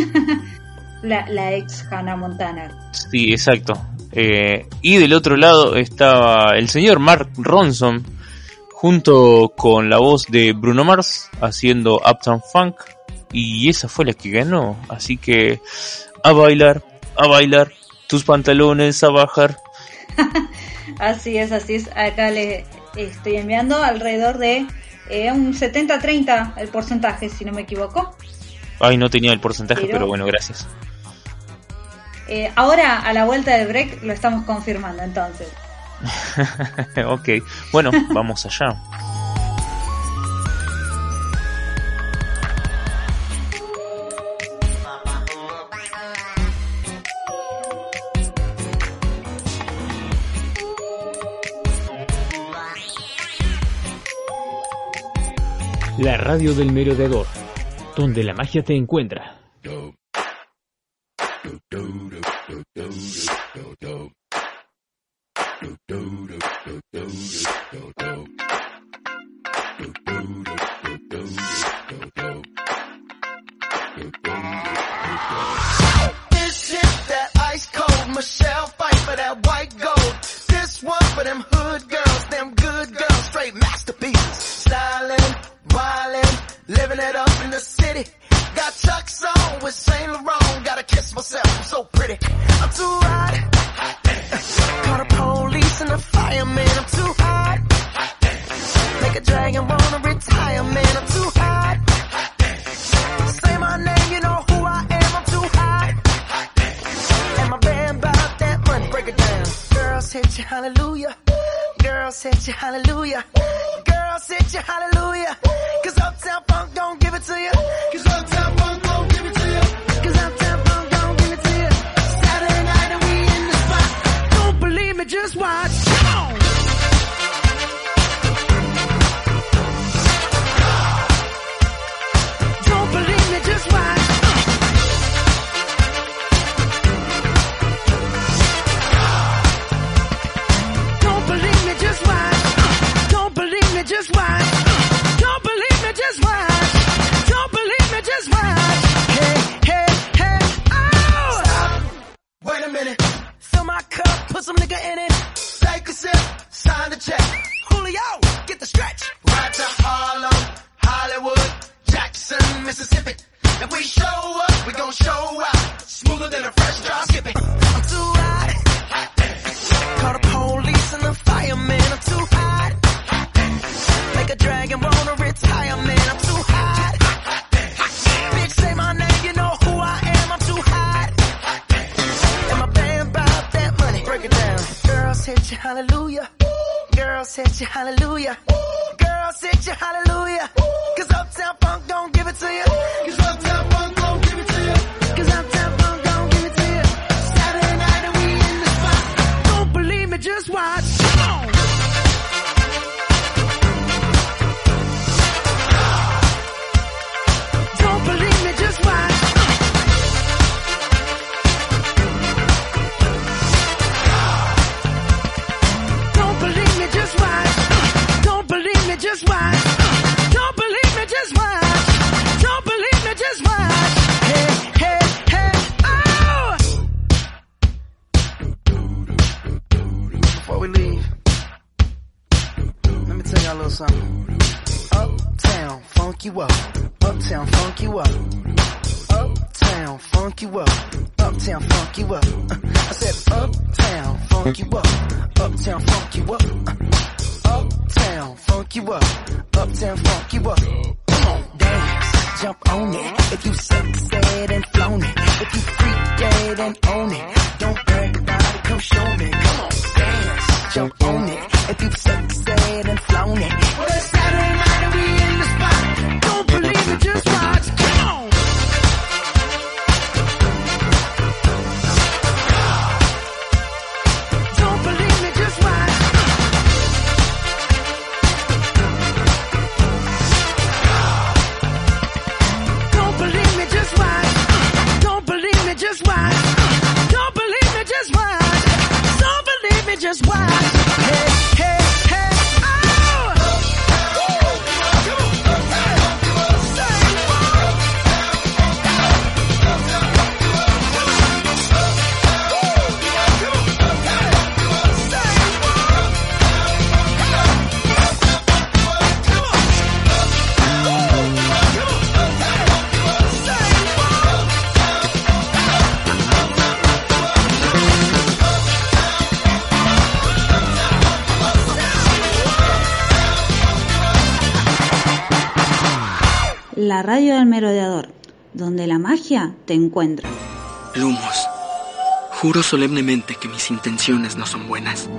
la ex Hannah Montana. Sí, exacto. Y del otro lado estaba el señor Mark Ronson, junto con la voz de Bruno Mars, haciendo Uptown Funk, y esa fue la que ganó. Así que a bailar, tus pantalones a bajar. Así es. Acá le estoy enviando alrededor de un 70-30 el porcentaje, si no me equivoco. Ay, no tenía el porcentaje, pero bueno, gracias. Ahora, a la vuelta del break, lo estamos confirmando, entonces. Ok, bueno, vamos allá. La radio del merodeador, donde la magia te encuentra. This hit that ice cold Michelle fight for that white gold. This one for them hood girls, them good girls, straight masterpieces. Stylin', wildin', living it up in the city. Got Chuck's on with Saint Laurent. Gotta kiss myself, I'm so pretty. I'm too hot. Call the police and the fireman. I'm too hot. Make a dragon wanna retire, man. I'm too hot. Say my name, you know who I am. I'm too hot. And my band bought that money. Break it down. Girls hit you, hallelujah. Girls hit you, hallelujah. Girls hit you, hallelujah. Cause Uptown Funk don't give it to you. Cause Uptown Funk don't give it to you. Cause Uptown Funk don't give it to you. Saturday night and we in the spot. Don't believe me, just watch. Come on. Don't believe me, just watch. Don't believe me, just watch. Don't believe me, just watch. Don't believe me, just watch. Don't believe me, just watch. Hey, hey, hey, oh! Stop. Wait a minute. Fill my cup, put some nigga in it. Take a sip, sign the check. Julio, get the stretch. Right to Harlem, Hollywood, Jackson, Mississippi. If we show up, we gon' show out. Smoother than a fresh drop skipping. I'm too hot. Call the police and the fireman. I'm too hot. Make a dragon wanna retire, man. I'm too hot. Bitch, say my name, you know who I am. I'm too hot. And my band bought that money. Break it down. Girls hit you, hallelujah. Girls hit you, hallelujah. Girls hit you, hallelujah. Cause Uptown Funk don't give it to you. Cause Uptown Funk don't give it to you. Cause Uptown Funk don't give it to you. Saturday night and we in the spot. Don't believe me, just watch. Come on. Don't believe me, just watch. Don't believe me, just watch. Don't believe me, just watch. Don't believe me, just watch. Don't believe me, just watch. Hey, hey, hey, oh! Before we leave, let me tell y'all a little something. Uptown, funk you up. Uptown, funk you up. Uptown, funk you up. Uptown, funk you up. I said uptown, funk you up. Uptown, funk you up. Uptown, funk you up. Uptown, funk you up. Come on, dance, jump on it. If you sexed and flown it. If you freak dead and own it. Don't brag about it, come show me. Come on, dance, jump on it. If you sexed and flown it. Well, it's Saturday night and we in the spot. Don't believe it, just watch. Come on. Don't believe me, just watch. Don't believe la radio del merodeador, donde la magia te encuentra. Lumos, juro solemnemente que mis intenciones no son buenas.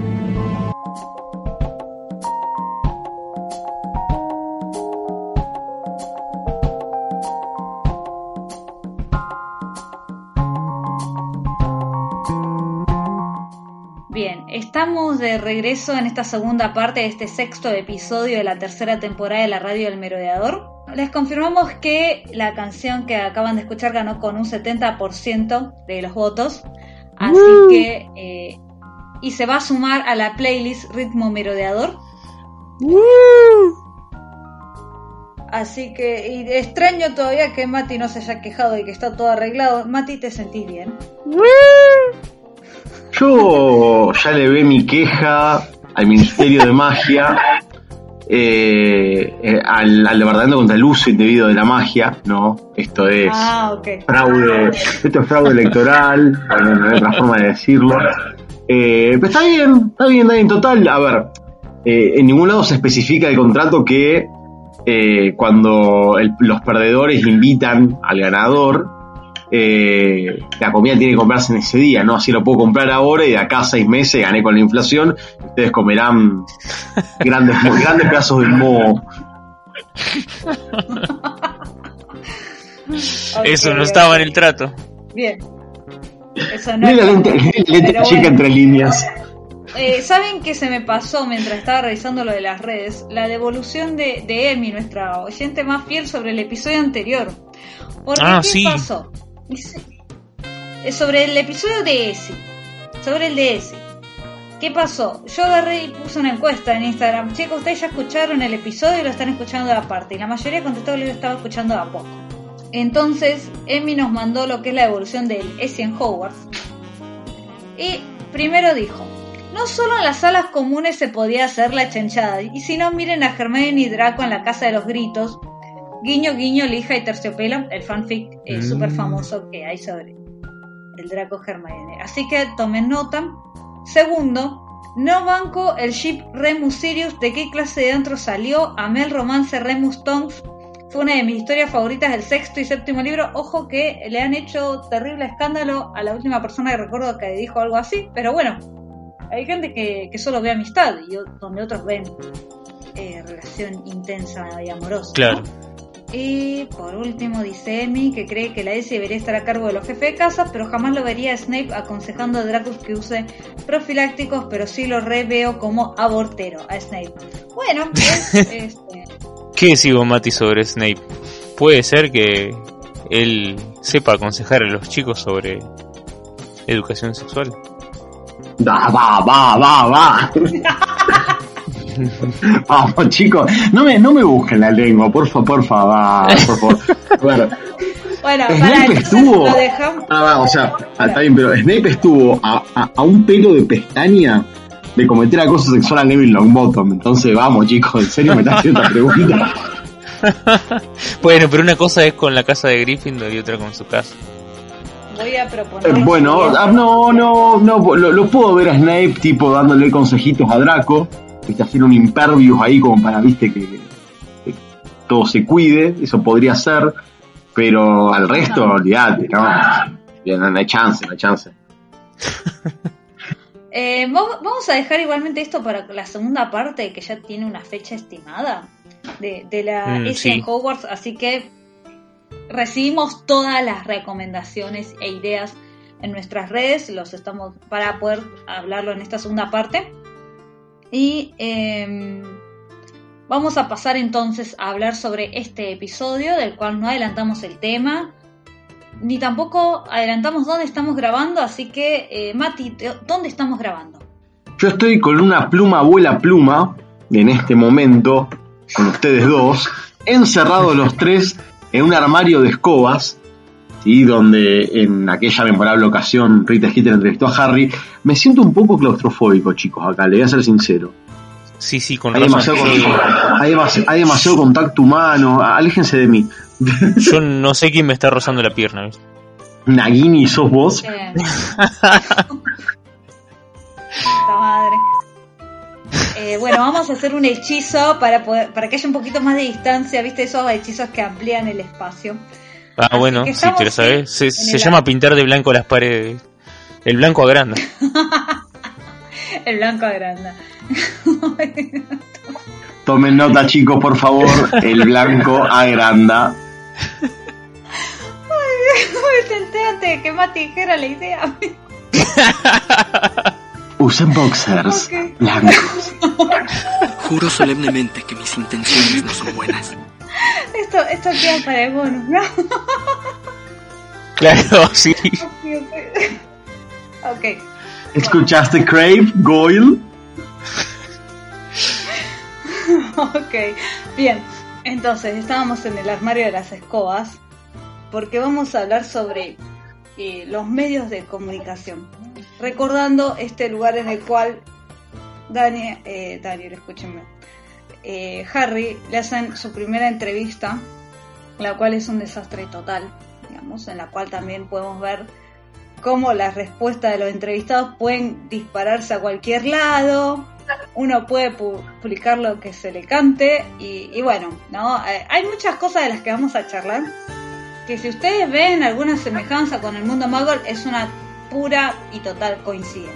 Bien, estamos de regreso en esta segunda parte de este sexto episodio de la tercera temporada de la radio del merodeador. Les confirmamos que la canción que acaban de escuchar ganó con un 70% de los votos, así que y se va a sumar a la playlist Ritmo Merodeador. Así que y extraño todavía que Mati no se haya quejado y que está todo arreglado. Mati, ¿te sentís bien? Yo ya le ve mi queja al Ministerio de Magia, al Departamento contra el Uso Indebido de la Magia, ¿no? Esto es fraude, esto es fraude electoral, no hay otra forma de decirlo. Pero está bien, total. A ver, en ningún lado se especifica el contrato que cuando los perdedores invitan al ganador, la comida tiene que comprarse en ese día, ¿no? Así lo puedo comprar ahora y de acá a 6 meses gané con la inflación. Ustedes comerán grandes pedazos de moho. Eso no estaba en el trato. Bien. Eso no. La lente chica entre líneas. ¿Saben qué se me pasó mientras estaba revisando lo de las redes? La devolución de Emi, nuestra oyente más fiel, sobre el episodio anterior. Porque ¿qué pasó? Sobre el episodio de Esi. Sobre el de Esi. ¿Qué pasó? Yo agarré y puse una encuesta en Instagram. Chicos, ustedes ya escucharon el episodio y lo están escuchando de aparte. Y la mayoría contestó que lo estaba escuchando de a poco. Entonces, Emi nos mandó lo que es la evolución del Esi en Hogwarts. Y primero dijo: no solo en las salas comunes se podía hacer la chanchada, y si no, miren a Hermione y Draco en la Casa de los Gritos. Guiño, guiño, lija y terciopelo, el fanfic súper famoso que hay sobre el Draco Hermione. Así que tomen nota. Segundo, no banco el ship Remus-Sirius. ¿De qué clase de antro salió? Amé el romance Remus-Tonks. Fue una de mis historias favoritas del sexto y séptimo libro. Ojo que le han hecho terrible escándalo a la última persona que recuerdo que dijo algo así. Pero bueno, hay gente que solo ve amistad y donde otros ven relación intensa y amorosa. Claro. ¿No? Y por último dice Emi que cree que la Esi debería estar a cargo de los jefes de casa, pero jamás lo vería a Snape aconsejando a Draco que use profilácticos, pero sí lo reveo como abortero a Snape. Bueno, ¿qué decís vos, Mati, sobre Snape? ¿Puede ser que él sepa aconsejar a los chicos sobre educación sexual? Va. Vamos, chicos, no me busquen la lengua, por favor. Bueno, Snape estuvo. Está bien, pero Snape estuvo a un pelo de pestaña de cometer acoso sexual a Neville Longbottom. Entonces, vamos, chicos, en serio me estás haciendo esta pregunta. Bueno, pero una cosa es con la casa de Gryffindor y otra con su casa. Voy a proponer. Bueno, no, lo puedo ver a Snape tipo dándole consejitos a Draco. Hacer un impervious ahí como para, que todo se cuide, eso podría ser, pero al resto, olvídate, no hay chance. Vamos a dejar igualmente esto para la segunda parte, que ya tiene una fecha estimada de la Esi en Hogwarts, así que recibimos todas las recomendaciones e ideas en nuestras redes, los estamos para poder hablarlo en esta segunda parte. Y vamos a pasar entonces a hablar sobre este episodio, del cual no adelantamos el tema, ni tampoco adelantamos dónde estamos grabando, así que Mati, ¿dónde estamos grabando? Yo estoy con una pluma abuela pluma, en este momento, con ustedes dos, encerrados los tres en un armario de escobas, ¿sí? Donde en aquella memorable ocasión Rita Skeeter entrevistó a Harry. Me siento un poco claustrofóbico, chicos, acá, le voy a ser sincero. Sí, con razón. Hay demasiado contacto humano, aléjense de mí. Yo no sé quién me está rozando la pierna, ¿ves? Nagini, ¿sos vos? Puta madre. Bueno, vamos a hacer un hechizo para que haya un poquito más de distancia, ¿viste? Esos hechizos que amplían el espacio. Ah, así bueno, si te lo sabes. Se llama pintar de blanco las paredes. El blanco agranda. El blanco agranda. Tomen nota, chicos, por favor. El blanco agranda. Me senté antes de que Mati dijera la idea. Usen boxers blancos. Juro solemnemente que mis intenciones no son buenas. Esto queda para el bonus, ¿no? Claro, sí. Ok. ¿Escuchaste, Crave, Goyle? Ok, bien. Entonces, estábamos en el armario de las escobas porque vamos a hablar sobre los medios de comunicación. Recordando este lugar en el cual Daniel, escúchenme, Harry le hacen su primera entrevista, la cual es un desastre total, digamos, en la cual también podemos ver cómo las respuestas de los entrevistados pueden dispararse a cualquier lado. Uno puede publicar lo que se le cante y bueno, ¿no? Hay muchas cosas de las que vamos a charlar que si ustedes ven alguna semejanza con el mundo Muggle es una pura y total coincidencia.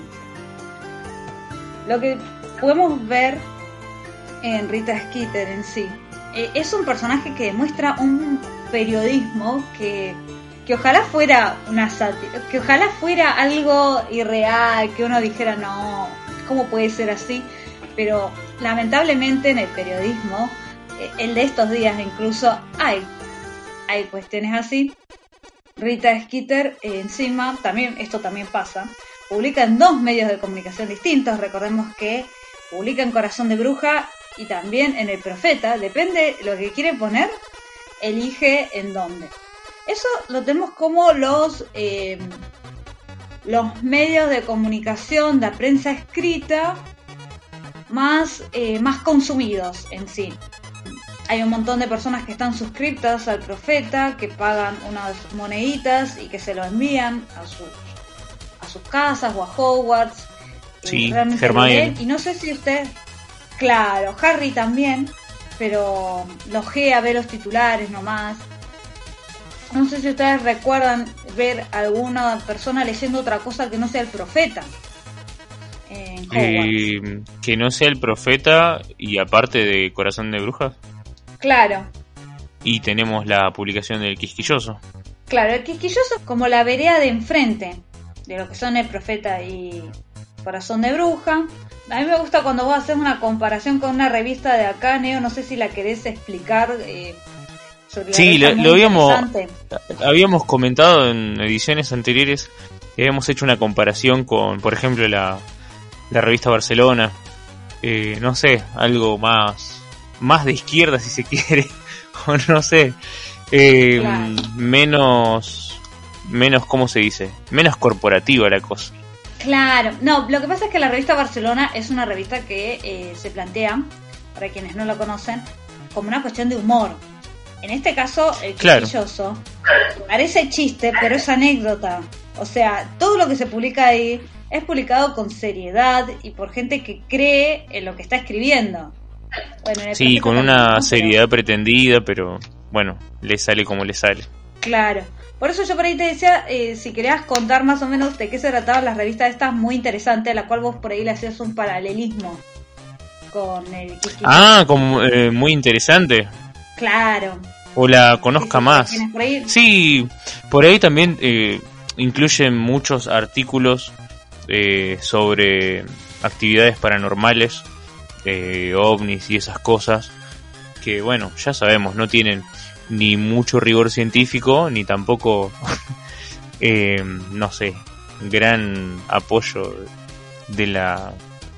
Lo que podemos ver en Rita Skeeter en sí es un personaje que demuestra un periodismo que ojalá fuera una sátira, que ojalá fuera algo irreal, que uno dijera no, ¿cómo puede ser así? Pero lamentablemente en el periodismo, el de estos días incluso, hay cuestiones así. Rita Skeeter encima, esto también pasa, publica en 2 medios de comunicación distintos. Recordemos que publica en Corazón de Bruja y también en El Profeta. Depende de lo que quiere poner, elige en dónde. Eso lo tenemos como los medios de comunicación, de prensa escrita más consumidos en sí. Hay un montón de personas que están suscritas al Profeta, que pagan unas moneditas y que se lo envían a sus casas o a Hogwarts. Sí, Hermione. Y no sé si usted... Claro, Harry también, pero lo ojea, ve los titulares nomás. No sé si ustedes recuerdan ver alguna persona leyendo otra cosa que no sea el Profeta en Hogwarts. Que no sea el Profeta y aparte de Corazón de Brujas. Claro. Y tenemos la publicación del Quisquilloso. Claro, el Quisquilloso es como la vereda de enfrente de lo que son el Profeta y Corazón de Bruja. A mí me gusta cuando vos haces una comparación con una revista de acá, Neo, no sé si la querés explicar. Sí, lo habíamos comentado en ediciones anteriores, que habíamos hecho una comparación con, por ejemplo, la revista Barcelona. No sé, algo más de izquierda si se quiere, o no sé, claro. menos, ¿cómo se dice? Menos corporativa la cosa. Claro, no, lo que pasa es que la revista Barcelona es una revista que se plantea, para quienes no la conocen, como una cuestión de humor. En este caso, el Quisquilloso parece chiste, pero es anécdota. O sea, todo lo que se publica ahí es publicado con seriedad y por gente que cree en lo que está escribiendo. Bueno, sí, con una seriedad pretendida, pero bueno, le sale como le sale. Claro. Por eso yo por ahí te decía, si querías contar más o menos de qué se trataban las revistas estas, muy interesante, a la cual vos por ahí le hacías un paralelismo con el Quisquilloso. Ah, como muy interesante. Claro. O la conozca más. Por ahí? Sí, por ahí también incluyen muchos artículos sobre actividades paranormales, ovnis y esas cosas, que bueno, ya sabemos, no tienen ni mucho rigor científico, ni tampoco, no sé, gran apoyo de la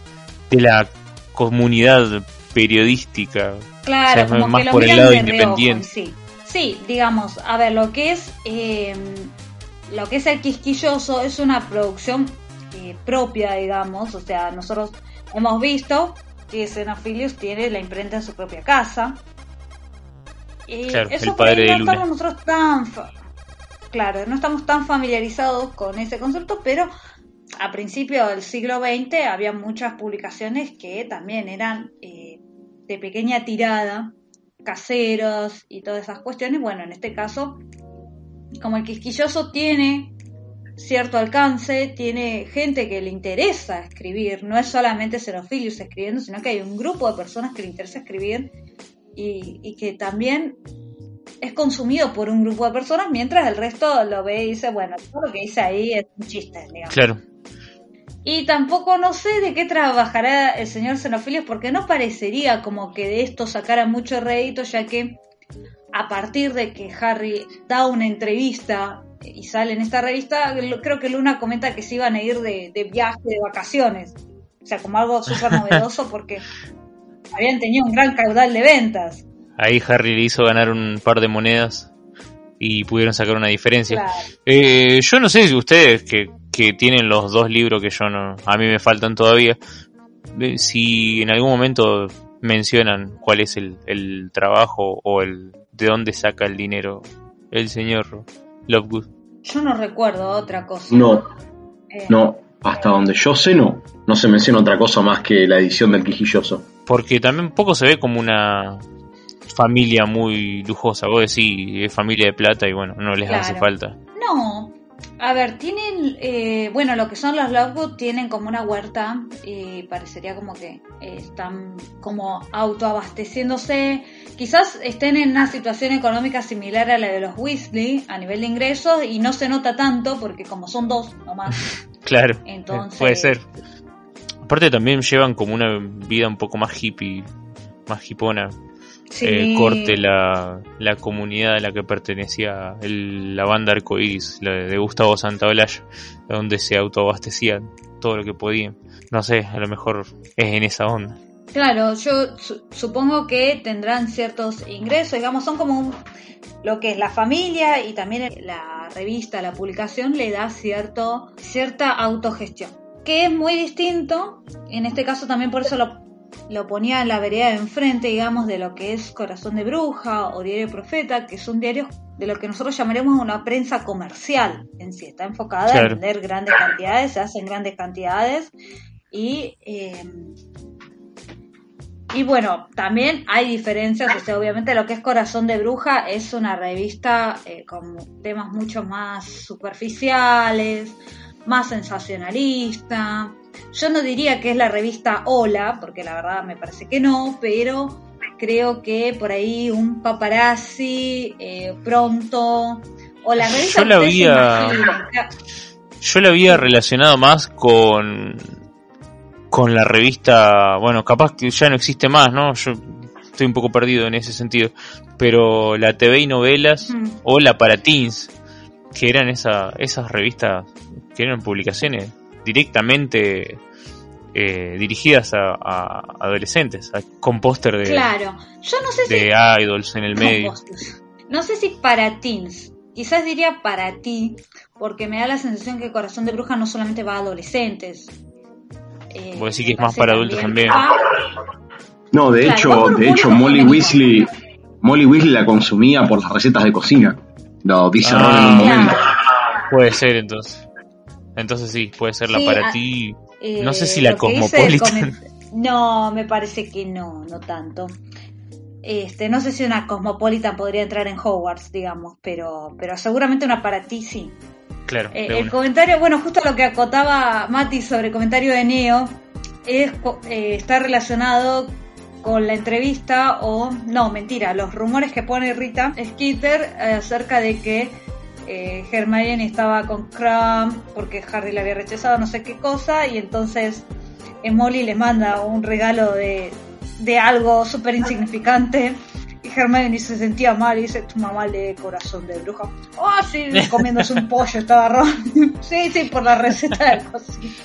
comunidad periodística. Claro, o sea, como más que lo por el miran lado de independiente. reojo, sí, digamos, a ver, lo que es el Quisquilloso es una producción propia, digamos, o sea, nosotros hemos visto que Xenophilius tiene la imprenta en su propia casa. Claro, eso el padre de Luna. No estamos tan familiarizados con ese concepto, pero a principios del siglo XX había muchas publicaciones que también eran de pequeña tirada, caseros y todas esas cuestiones. Bueno, en este caso, como el Quisquilloso tiene cierto alcance, tiene gente que le interesa escribir, no es solamente Xenophilius escribiendo, sino que hay un grupo de personas que le interesa escribir y que también es consumido por un grupo de personas, mientras el resto lo ve y dice, bueno, todo lo que dice ahí es un chiste, digamos. Claro. Y tampoco no sé de qué trabajará el señor Xenophilius, porque no parecería como que de esto sacara mucho rédito, ya que a partir de que Harry da una entrevista y sale en esta revista, creo que Luna comenta que se iban a ir de viaje, de vacaciones. O sea, como algo súper novedoso, porque habían tenido un gran caudal de ventas. Ahí Harry le hizo ganar un par de monedas y pudieron sacar una diferencia. Claro. Yo no sé si ustedes que tienen los 2 libros que yo no, a mí me faltan todavía, si en algún momento mencionan cuál es el trabajo o de dónde saca el dinero el señor Lovegood. Yo no recuerdo otra cosa. No, hasta donde yo sé no se menciona otra cosa más que la edición del Quisquilloso. Porque también poco se ve como una familia muy lujosa. Vos decís, es familia de plata y bueno, no les hace falta. No, a ver, tienen, bueno, lo que son los Lovegood tienen como una huerta y parecería como que están como autoabasteciéndose. Quizás estén en una situación económica similar a la de los Weasley a nivel de ingresos y no se nota tanto porque como son 2 nomás. Claro, entonces puede ser. Aparte también llevan como una vida un poco más hippie, más hipona. Sí. Corte la comunidad a la que pertenecía la banda Arcoiris, la de Gustavo Santaolalla, donde se autoabastecían todo lo que podían. No sé, a lo mejor es en esa onda. Claro, yo supongo que tendrán ciertos ingresos, digamos, son como lo que es la familia y también la revista, la publicación le da cierta autogestión, que es muy distinto, en este caso también por eso lo ponía en la vereda de enfrente, digamos, de lo que es Corazón de Bruja o Diario Profeta, que son diarios de lo que nosotros llamaremos una prensa comercial en sí, está enfocada claro. en vender grandes cantidades, se hacen grandes cantidades y bueno, también hay diferencias, o sea, obviamente lo que es Corazón de Bruja es una revista con temas mucho más superficiales, más sensacionalista. Yo no diría que es la revista Hola, porque la verdad me parece que no, pero creo que por ahí un paparazzi pronto, o la revista yo la había relacionado más con la revista, bueno, capaz que ya no existe más, ¿no? Yo estoy un poco perdido en ese sentido, pero la TV y novelas o la para teens, que eran esas revistas que eran publicaciones directamente dirigidas a adolescentes, con póster de, claro. Yo no sé de idols en el medio. No sé si para teens, quizás diría para ti, porque me da la sensación que Corazón de Bruja no solamente va a adolescentes. Vos decís que es más para adultos también. No, de hecho Molly Weasley la consumía por las recetas de cocina. Lo dice Ron en un momento. Puede ser entonces. Entonces sí, puede ser la para ti. No sé si la Cosmopolitan. No, me parece que no tanto. No sé si una Cosmopolitan podría entrar en Hogwarts, digamos, pero seguramente una para ti sí. Claro. El comentario, bueno, justo lo que acotaba Mati sobre el comentario de Neo está relacionado con la entrevista los rumores que pone Rita Skeeter acerca de que Hermione estaba con Crumb porque Harry le había rechazado no sé qué cosa y entonces Molly le manda un regalo de algo súper insignificante y Hermione se sentía mal y dice, tu mamá lee Corazón de Bruja. Sí, comiéndose un pollo estaba Ron. sí, por la receta de cocina.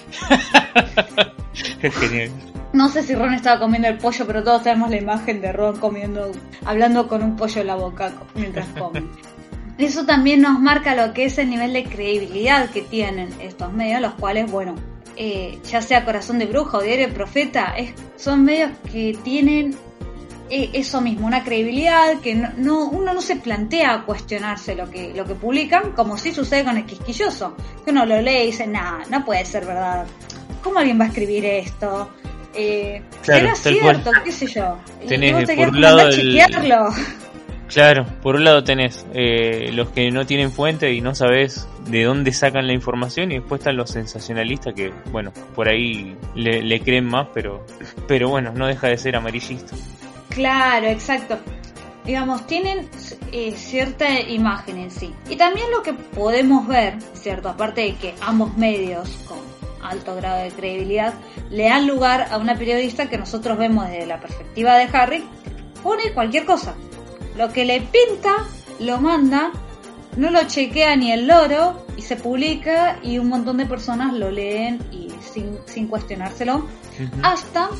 Es genial. No sé si Ron estaba comiendo el pollo, pero todos tenemos la imagen de Ron hablando con un pollo en la boca mientras come. Eso también nos marca lo que es el nivel de credibilidad que tienen estos medios, los cuales, bueno, ya sea Corazón de Bruja o Diario Profeta, son medios que tienen eso mismo, una credibilidad que uno no se plantea a cuestionarse lo que publican, como sí sucede con el Quisquilloso, que uno lo lee y dice, no puede ser verdad, ¿cómo alguien va a escribir esto? Claro, ¿será cierto? ¿Qué sé yo? Tenés y vos por un lado chequearlo. Claro, por un lado tenés los que no tienen fuente y no sabés de dónde sacan la información, y después están los sensacionalistas que, bueno, por ahí le creen más, pero bueno, no deja de ser amarillista. Claro, exacto. Digamos, tienen cierta imagen en sí. Y también lo que podemos ver, ¿cierto? Aparte de que ambos medios con alto grado de credibilidad le dan lugar a una periodista que nosotros vemos desde la perspectiva de Harry, pone cualquier cosa. Lo que le pinta, lo manda, no lo chequea ni el loro y se publica y un montón de personas lo leen y sin cuestionárselo. Uh-huh. Hasta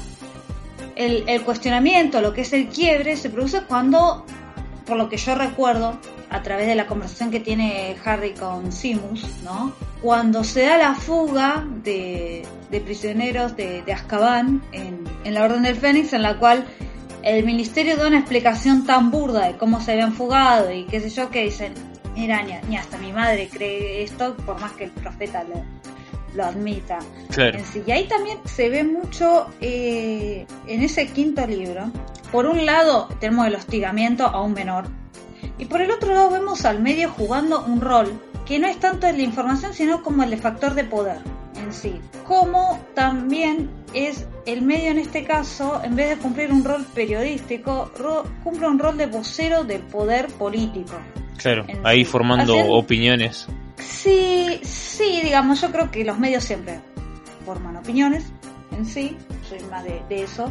el cuestionamiento, lo que es el quiebre, se produce cuando, por lo que yo recuerdo, a través de la conversación que tiene Harry con Seamus, ¿no? Cuando se da la fuga de prisioneros de Azkaban en la Orden del Fénix, en la cual el ministerio da una explicación tan burda de cómo se habían fugado y qué sé yo, que dicen, mira, ni hasta mi madre cree esto, por más que el profeta lo admita. Claro. Y ahí también se ve mucho en ese quinto libro. Por un lado tenemos el hostigamiento a un menor, y por el otro lado vemos al medio jugando un rol que no es tanto el de información, sino como el de factor de poder en sí. Como también es el medio en este caso, en vez de cumplir un rol periodístico, cumple un rol de vocero del poder político. Claro, ahí sí, formando opiniones. Sí, digamos, yo creo que los medios siempre forman opiniones en sí, soy más de eso.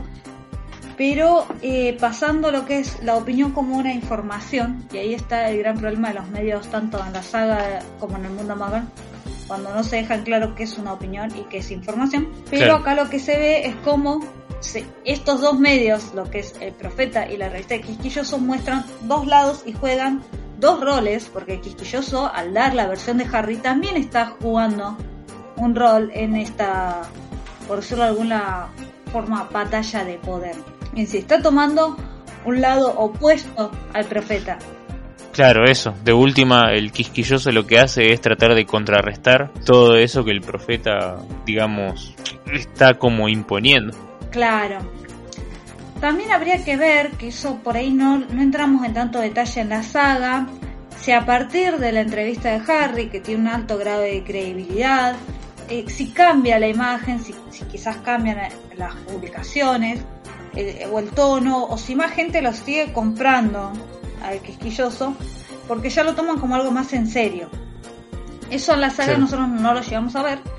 Pero pasando lo que es la opinión como una información, y ahí está el gran problema de los medios, tanto en la saga como en el mundo Magan, cuando no se dejan claro qué es una opinión y qué es información. Pero claro, acá lo que se ve es cómo estos dos medios, lo que es el Profeta y la revista de Quisquilloso, muestran dos lados y juegan dos roles, porque el Quisquilloso, al dar la versión de Harry, también está jugando un rol en esta, por decirlo de alguna forma, batalla de poder. Y si está tomando un lado opuesto al Profeta. Claro, eso. De última, el Quisquilloso lo que hace es tratar de contrarrestar todo eso que el Profeta, digamos, está como imponiendo. Claro. También habría que ver, que eso por ahí no entramos en tanto detalle en la saga, si a partir de la entrevista de Harry, que tiene un alto grado de credibilidad, si cambia la imagen, si quizás cambian las publicaciones, o el tono, o si más gente lo sigue comprando al Quisquilloso, porque ya lo toman como algo más en serio. Eso en la saga sí, nosotros no lo llegamos a ver,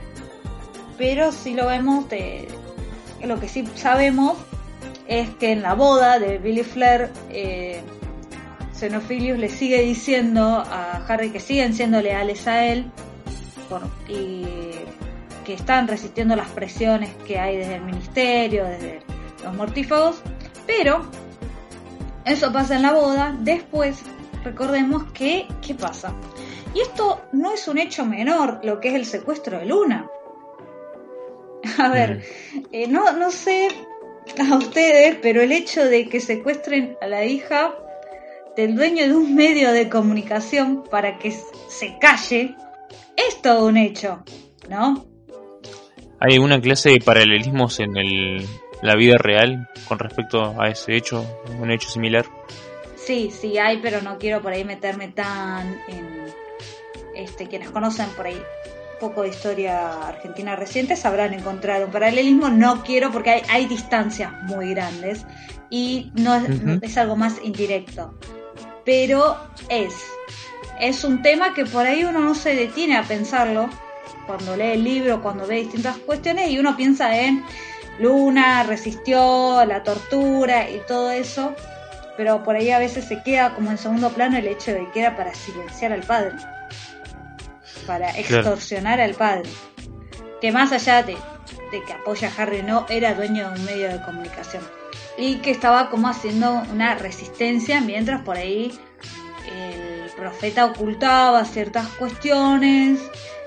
pero sí lo vemos. Lo que sí sabemos es que en la boda de Billy Fleur, Xenophilius le sigue diciendo a Harry que siguen siendo leales a él y que están resistiendo las presiones que hay desde el ministerio, desde los mortífagos, pero eso pasa en la boda. Después recordemos que ¿qué pasa? Y esto no es un hecho menor, lo que es el secuestro de Luna. A ver, no sé a ustedes, pero el hecho de que secuestren a la hija del dueño de un medio de comunicación para que se calle es todo un hecho, ¿no? ¿Hay una clase de paralelismos en la vida real con respecto a ese hecho, un hecho similar? Sí hay, pero no quiero por ahí meterme tan en quienes conocen por ahí poco de historia argentina reciente sabrán encontrar un paralelismo. No quiero, porque hay distancias muy grandes y no es algo más indirecto, pero es un tema que por ahí uno no se detiene a pensarlo cuando lee el libro, cuando ve distintas cuestiones, y uno piensa en Luna resistió la tortura y todo eso, pero por ahí a veces se queda como en segundo plano el hecho de que era para silenciar al padre, para extorsionar al padre, que más allá de que apoya a Harry, no era dueño de un medio de comunicación y que estaba como haciendo una resistencia mientras por ahí el Profeta ocultaba ciertas cuestiones,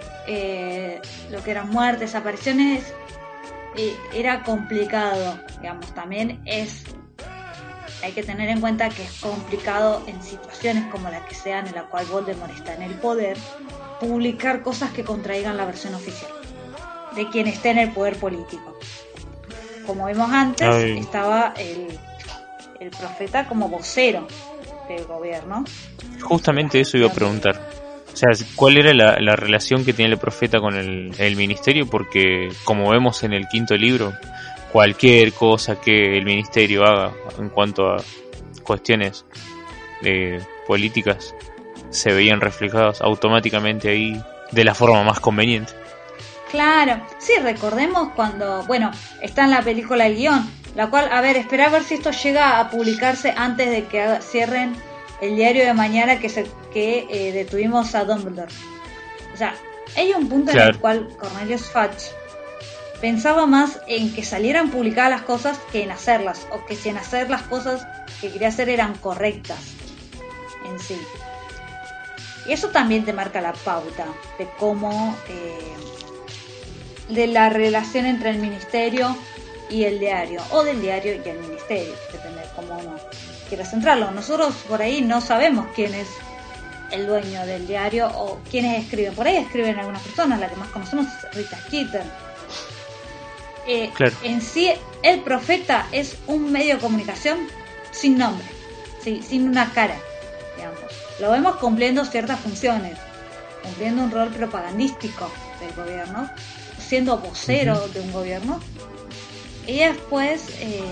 lo que eran muertes, apariciones. Era complicado, digamos. También es hay que tener en cuenta que es complicado en situaciones como la que sean en la cual Voldemort está en el poder, publicar cosas que contraigan la versión oficial de quien esté en el poder político. Como vimos antes, estaba el profeta como vocero del gobierno. Justamente eso iba a preguntar. O sea, ¿cuál era la relación que tiene el profeta con el ministerio? Porque, como vemos en el 5º libro, cualquier cosa que el ministerio haga en cuanto a cuestiones políticas se veían reflejadas automáticamente ahí de la forma más conveniente. Claro, sí, recordemos cuando, bueno, está en la película el guión, la cual, a ver, espera a ver si esto llega a publicarse antes de que cierren el diario de mañana que detuvimos a Dumbledore. O sea, hay un punto en el cual Cornelius Fudge pensaba más en que salieran publicadas las cosas que en hacerlas, o que si en hacer las cosas que quería hacer eran correctas en sí. Y eso también te marca la pauta de cómo, de la relación entre el ministerio y el diario, o del diario y el ministerio, depende de cómo uno quiera centrarlo. Nosotros por ahí no sabemos quién es el dueño del diario o quiénes escriben. Por ahí escriben algunas personas, la que más conocemos es Rita Skeeter. En sí, el profeta es un medio de comunicación sin nombre, sí, sin una cara, digamos. Lo vemos cumpliendo ciertas funciones, cumpliendo un rol propagandístico del gobierno, siendo vocero de un gobierno. Y después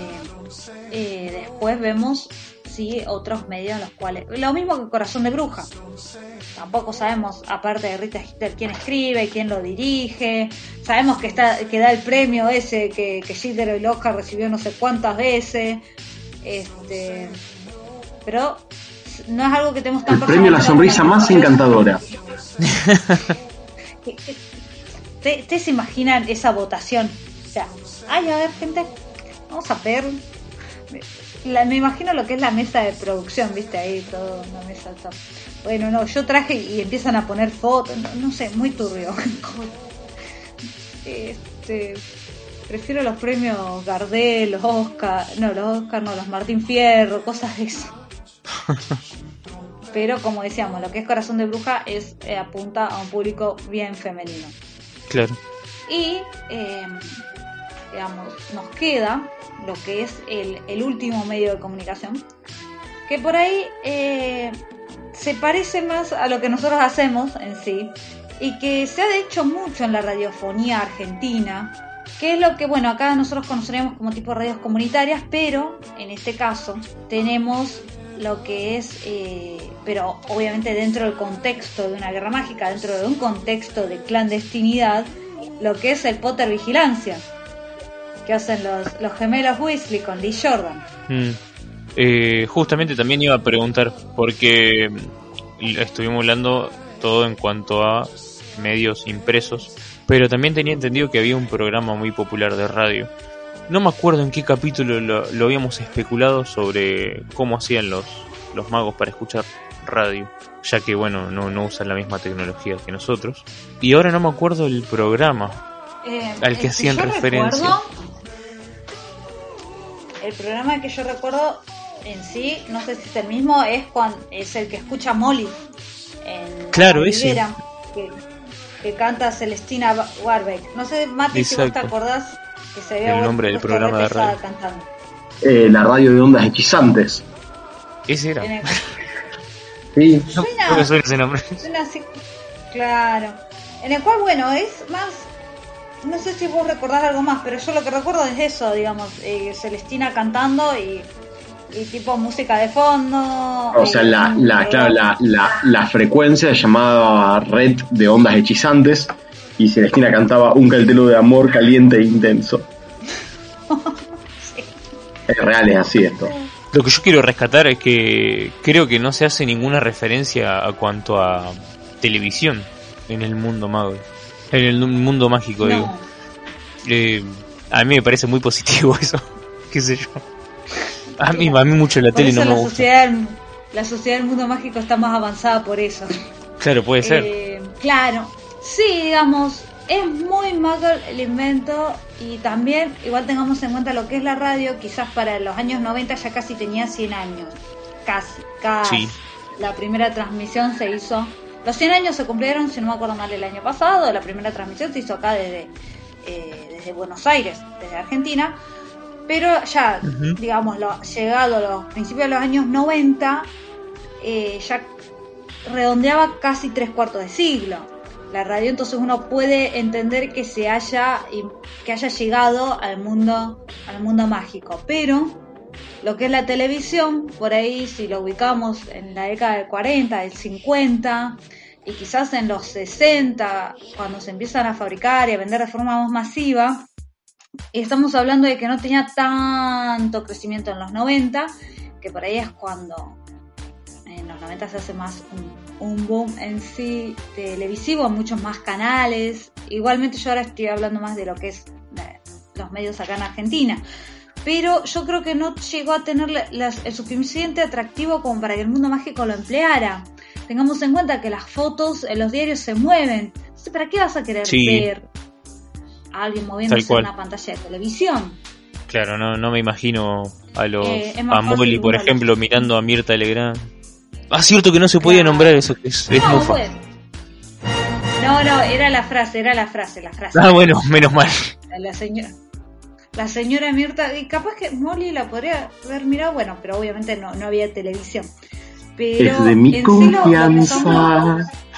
vemos otros medios en los cuales, lo mismo que Corazón de Bruja, tampoco sabemos, aparte de Rita Skeeter, quién escribe, quién lo dirige. Sabemos que da el premio ese que Skeeter y Lockhart recibió no sé cuántas veces, pero no es algo que tenemos tan... El premio a la sonrisa más encantadora. ¿Ustedes se imaginan esa votación? O sea, a ver, gente, vamos a ver. Me imagino lo que es la mesa de producción, viste, ahí todo, una mesa top. Bueno, no, yo traje y empiezan a poner fotos, no sé, muy turbio. Prefiero los premios Gardel, los Oscar, los Martín Fierro, cosas de eso. Pero como decíamos, lo que es Corazón de Bruja es apunta a un público bien femenino. Claro. Y digamos, nos queda lo que es el último medio de comunicación, que por ahí se parece más a lo que nosotros hacemos en sí, y que se ha hecho mucho en la radiofonía argentina, que es lo que, bueno, acá nosotros conoceríamos como tipo radios comunitarias, pero en este caso tenemos lo que es, pero obviamente dentro del contexto de una guerra mágica, dentro de un contexto de clandestinidad, lo que es el Potter Vigilancia, que hacen los gemelos Weasley con Lee Jordan. Justamente también iba a preguntar, porque estuvimos hablando todo en cuanto a medios impresos, pero también tenía entendido que había un programa muy popular de radio. No me acuerdo en qué capítulo lo habíamos especulado sobre cómo hacían los magos para escuchar radio, ya que bueno, no usan la misma tecnología que nosotros. Y ahora no me acuerdo el programa al que hacían referencia. El programa que yo recuerdo en sí, no sé si es el mismo, es el que escucha Molly en claro, Rivera, que canta Celestina Warbeck. No sé, Mati, si vos te acordás que se había el nombre del programa de radio cantando. La radio de ondas hechizantes. Ese era. Sí. No me suena ese nombre. Suena así, claro. En el cual, bueno, es más... No sé si vos recordás algo más, pero yo lo que recuerdo es eso, digamos, Celestina cantando y tipo música de fondo. O sea, la frecuencia llamada red de ondas hechizantes, y Celestina cantaba un caltelo de amor caliente e intenso. Sí. Es real, es así esto. Lo que yo quiero rescatar es que creo que no se hace ninguna referencia a cuanto a televisión en el mundo mago. En el mundo mágico, no. Digo. A mí me parece muy positivo eso. Qué sé yo. A mí mucho la tele no me gusta. La sociedad del mundo mágico está más avanzada por eso. Claro, puede ser. Claro. Sí, digamos, es muy mago el invento Y también, igual tengamos en cuenta lo que es la radio, quizás para los años 90 ya casi tenía 100 años. Casi. Sí. La primera transmisión se hizo... Los 100 años se cumplieron, si no me acuerdo mal, el año pasado. La primera transmisión se hizo acá desde Buenos Aires, desde Argentina. Pero ya, digamos, llegado a los principios de los años 90, ya redondeaba casi 3/4 de siglo la radio, entonces uno puede entender que haya llegado al mundo mágico. Pero lo que es la televisión, por ahí si lo ubicamos en la década del 40, del 50 y quizás en los 60, cuando se empiezan a fabricar y a vender de forma más masiva, estamos hablando de que no tenía tanto crecimiento en los 90, que por ahí es cuando en los 90 se hace más un boom en sí televisivo, muchos más canales. Igualmente yo ahora estoy hablando más de lo que es los medios acá en Argentina, pero yo creo que no llegó a tener el suficiente atractivo como para que el mundo mágico lo empleara. Tengamos en cuenta que las fotos en los diarios se mueven, entonces ¿para qué vas a querer ver a alguien moviéndose en una pantalla de televisión? Claro, no me imagino a Molly, por ejemplo, mirando a Mirta Legrand. Cierto que no se podía nombrar eso, que es mufa. Bueno. No, era la frase. Bueno, menos mal. La señora Mirta, y capaz que Molly la podría haber mirado, bueno, pero obviamente no había televisión. Pero es de mi confianza.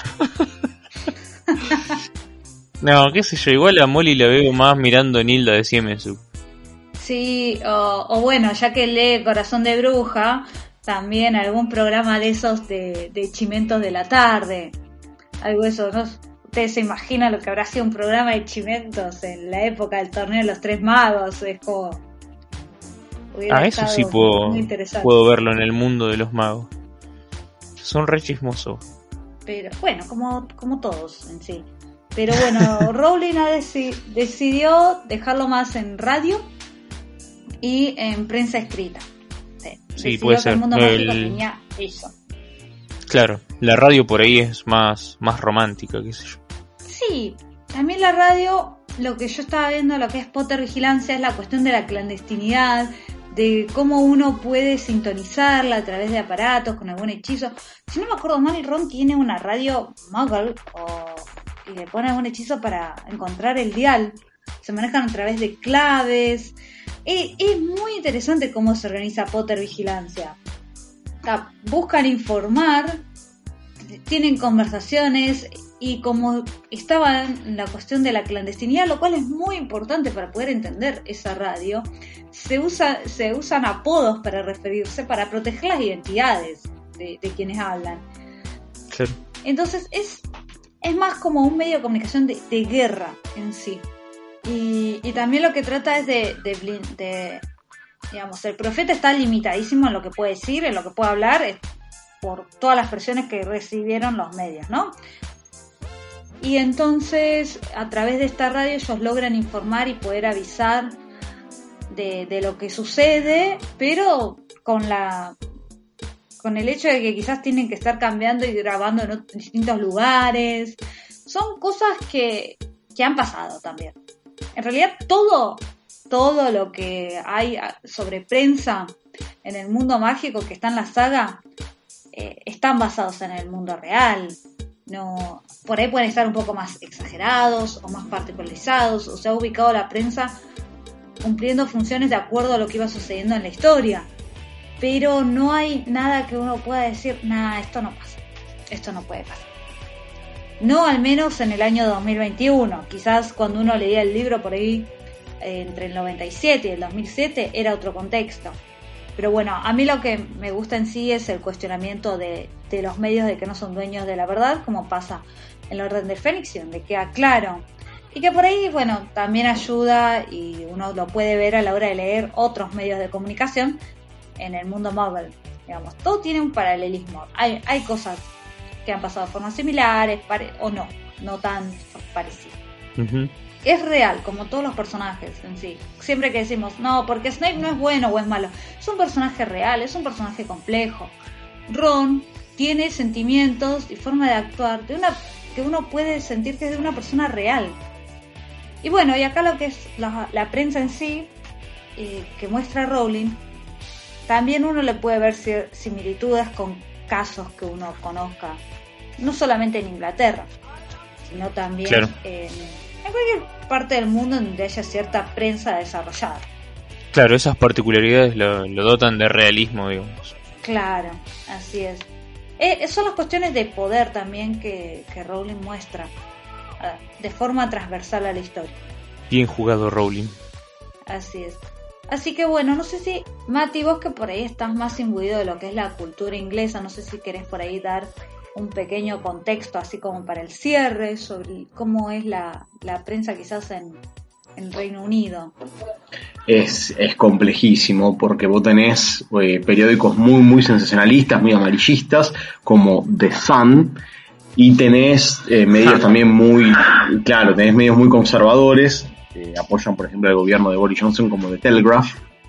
No, qué sé yo, igual a Molly la veo más mirando Nilda de Siemensuk. Sí, o bueno, ya que lee Corazón de Bruja, también algún programa de esos de Chimentos de la tarde. Algo de eso, ¿no? Ustedes se imaginan lo que habrá sido un programa de Chimentos en la época del torneo de los Tres Magos. Es como... eso sí puedo verlo en el mundo de los magos. Son re chismosos. Pero bueno, como todos en sí. Pero bueno, Rowling decidió dejarlo más en radio y en prensa escrita. Sí, puede ser. El mundo mágico tenía eso. Claro, la radio por ahí es más romántica, qué sé yo. Sí, también la radio, lo que yo estaba viendo, lo que es Potter Vigilancia, es la cuestión de la clandestinidad, de cómo uno puede sintonizarla a través de aparatos con algún hechizo. Si no me acuerdo mal, Ron tiene una radio Muggle y le pone algún hechizo para encontrar el dial. Se manejan a través de claves. Es muy interesante cómo se organiza Potter Vigilancia. Buscan informar, tienen conversaciones, y como estaba en la cuestión de la clandestinidad, lo cual es muy importante para poder entender esa radio, se usan apodos para referirse, para proteger las identidades de quienes hablan. Claro. Entonces es más como un medio de comunicación de guerra en sí. Y también lo que trata es de digamos, el profeta está limitadísimo en lo que puede decir, en lo que puede hablar, por todas las presiones que recibieron los medios, ¿no? Y entonces, a través de esta radio, ellos logran informar y poder avisar de lo que sucede, pero con el hecho de que quizás tienen que estar cambiando y grabando en distintos lugares. Son cosas que han pasado también. En realidad, todo lo que hay sobre prensa en el mundo mágico que está en la saga están basados en el mundo real. No, por ahí pueden estar un poco más exagerados o más particularizados, o se ha ubicado la prensa cumpliendo funciones de acuerdo a lo que iba sucediendo en la historia, pero no hay nada que uno pueda decir, esto no pasa, esto no puede pasar. No, al menos en el año 2021. Quizás cuando uno leía el libro por ahí entre el 97 y el 2007 era otro contexto. Pero bueno, a mí lo que me gusta en sí es el cuestionamiento de los medios de que no son dueños de la verdad, como pasa en la Orden del Fénix, donde queda claro. Y que por ahí, bueno, también ayuda, y uno lo puede ver a la hora de leer otros medios de comunicación en el mundo Marvel. Digamos, todo tiene un paralelismo. Hay cosas que han pasado de formas similares, o no tan parecidas. Uh-huh. Es real, como todos los personajes en sí. Siempre que decimos, no, porque Snape no es bueno o es malo, es un personaje real, es un personaje complejo. Ron tiene sentimientos y forma de actuar que uno puede sentir que es de una persona real. Y bueno, y acá lo que es la prensa en sí, que muestra Rowling, también uno le puede ver similitudes con casos que uno conozca, no solamente en Inglaterra, sino también en cualquier parte del mundo donde haya cierta prensa desarrollada. Claro, esas particularidades lo dotan de realismo, digamos. Claro, así es. Son las cuestiones de poder también que Rowling muestra de forma transversal a la historia. Bien jugado, Rowling. Así es. Así que bueno, no sé si, Mati, vos que por ahí estás más imbuido de lo que es la cultura inglesa, no sé si querés por ahí dar un pequeño contexto, así como para el cierre, sobre cómo es la prensa quizás en Reino Unido. Es complejísimo, porque vos tenés periódicos muy sensacionalistas, muy amarillistas, como The Sun, y tenés medios también tenés medios muy conservadores, apoyan por ejemplo al gobierno de Boris Johnson, como The Telegraph.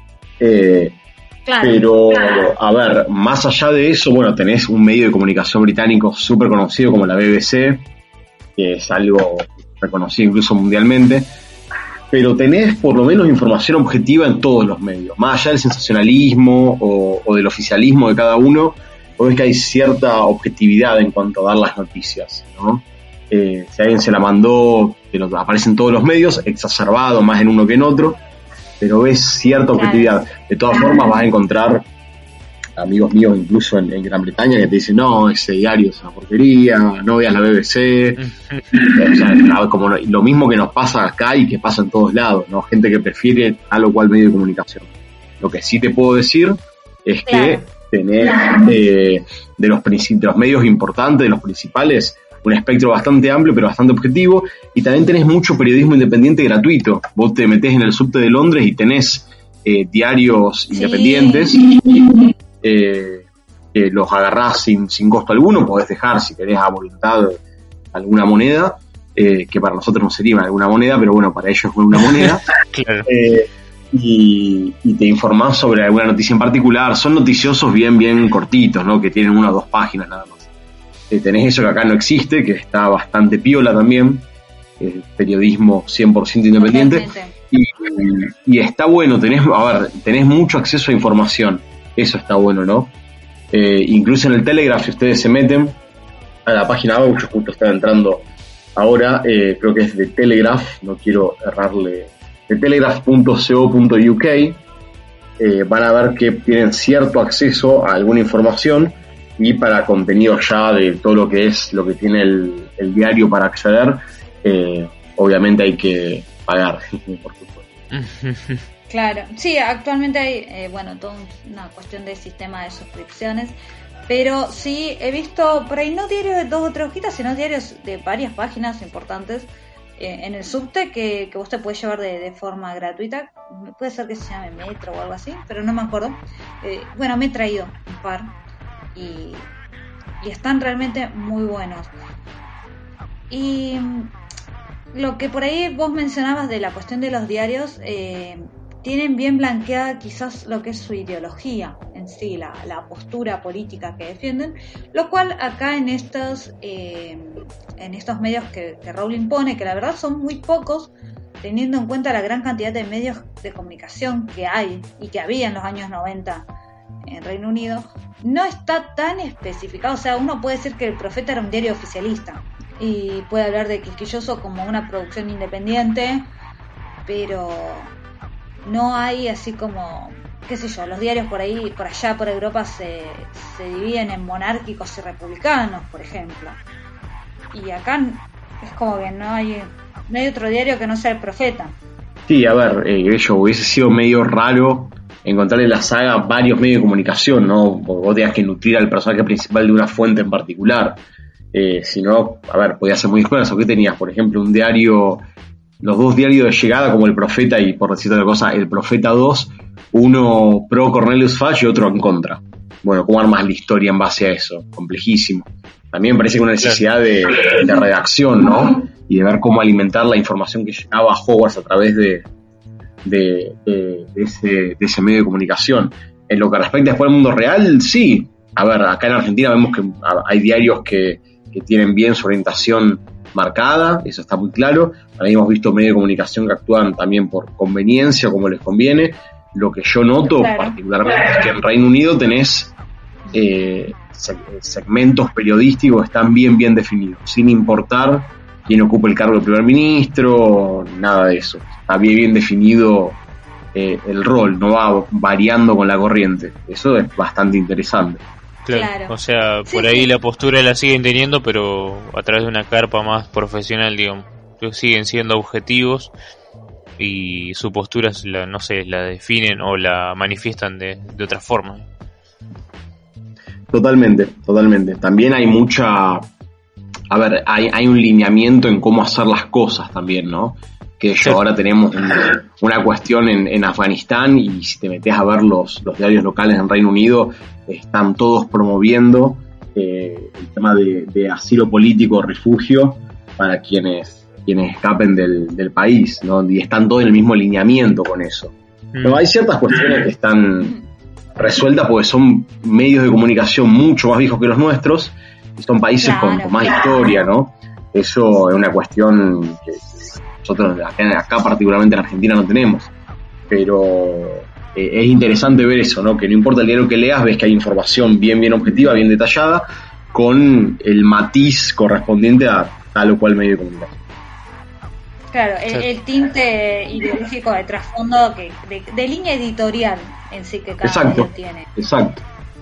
Pero, a ver, más allá de eso, bueno, tenés un medio de comunicación británico súper conocido como la BBC, que es algo reconocido incluso mundialmente, pero tenés por lo menos información objetiva en todos los medios, más allá del sensacionalismo o del oficialismo de cada uno. Vos ves que hay cierta objetividad en cuanto a dar las noticias, ¿no? Si alguien se la mandó, que aparece en todos los medios, exacerbado más en uno que en otro, pero ves cierta objetividad. De todas formas vas a encontrar amigos míos incluso en Gran Bretaña que te dicen, no, ese diario es una porquería, no veas la BBC. O sea, como lo mismo que nos pasa acá y que pasa en todos lados, ¿no? Gente que prefiere tal o cual medio de comunicación. Lo que sí te puedo decir es que tenés de los medios importantes, de los principales, un espectro bastante amplio pero bastante objetivo, y también tenés mucho periodismo independiente gratuito. Vos te metés en el subte de Londres y tenés diarios independientes, los agarrás sin costo alguno. Podés dejar, si querés, a voluntad alguna moneda, que para nosotros no sería alguna moneda, pero bueno, para ellos es una moneda. Claro. Y te informás sobre alguna noticia en particular. Son noticiosos bien cortitos, ¿no? Que tienen 1 o 2 páginas nada más. Tenés eso que acá no existe, que está bastante piola también, periodismo 100% independiente. Y está bueno, tenés mucho acceso a información. Eso está bueno, ¿no? Incluso en el Telegraph, si ustedes se meten a la página web, yo justo estaba entrando ahora, creo que es de Telegraph, no quiero errarle, de telegraph.co.uk, van a ver que tienen cierto acceso a alguna información, y para contenido ya de todo lo que tiene el diario para acceder, obviamente hay que pagar, por supuesto. Claro, sí, actualmente hay, toda una cuestión de sistema de suscripciones, pero sí he visto por ahí no diarios de 2 o 3 hojitas, sino diarios de varias páginas importantes en el subte que vos te puedes llevar de forma gratuita. Puede ser que se llame Metro o algo así, pero no me acuerdo. Me he traído un par y están realmente muy buenos. Y lo que por ahí vos mencionabas de la cuestión de los diarios, tienen bien blanqueada quizás lo que es su ideología en sí, la postura política que defienden, lo cual acá en estos medios que Rowling pone, que la verdad son muy pocos, teniendo en cuenta la gran cantidad de medios de comunicación que hay y que había en los años 90 en Reino Unido, no está tan especificado. O sea, uno puede decir que El Profeta era un diario oficialista y puede hablar de Quisquilloso como una producción independiente, pero no hay así como, qué sé yo, los diarios por ahí, por allá, por Europa se dividen en monárquicos y republicanos, por ejemplo. Y acá es como que no hay otro diario que no sea El Profeta. Sí, a ver, hubiese sido medio raro encontrarle en la saga varios medios de comunicación, ¿no? Porque vos tenías que nutrir al personaje principal de una fuente en particular. Si no, a ver, podía ser muy disperso. ¿Qué tenías? Por ejemplo, un diario, los 2 diarios de llegada como El Profeta y, por decirte otra cosa, El Profeta 2, uno pro Cornelius Fudge y otro en contra. Bueno, ¿cómo armas la historia en base a eso? Complejísimo. También me parece que una necesidad de redacción, ¿no? Y de ver cómo alimentar la información que llegaba a Hogwarts a través de ese medio de comunicación. En lo que respecta después al mundo real, sí. A ver, acá en Argentina vemos que hay diarios que tienen bien su orientación marcada, eso está muy claro. También hemos visto medios de comunicación que actúan también por conveniencia, como les conviene. Lo que yo noto particularmente es que en Reino Unido tenés segmentos periodísticos que están bien definidos, sin importar quién ocupa el cargo de primer ministro, nada de eso. Está bien definido el rol, no va variando con la corriente. Eso es bastante interesante. Claro. O sea, por ahí la postura la siguen teniendo, pero a través de una carpa más profesional, digamos. Siguen siendo objetivos y su postura, la definen o la manifiestan de otra forma. Totalmente. También hay mucha... A ver, hay un lineamiento en cómo hacer las cosas también, ¿no? Que ahora tenemos una cuestión en Afganistán, y si te metes a ver los diarios locales en Reino Unido, están todos promoviendo el tema de asilo político, refugio para quienes escapen del país, ¿no? Y están todos en el mismo lineamiento con eso. Pero hay ciertas cuestiones que están resueltas porque son medios de comunicación mucho más viejos que los nuestros y son países con más historia, ¿no? Eso es una cuestión que nosotros acá particularmente en Argentina no tenemos, pero es interesante ver eso, ¿no? Que no importa el diario que leas, ves que hay información bien objetiva, bien detallada, con el matiz correspondiente a tal o cual medio de comunicación. Claro, el tinte ideológico de trasfondo de línea editorial en sí que cada medio tiene. Exacto.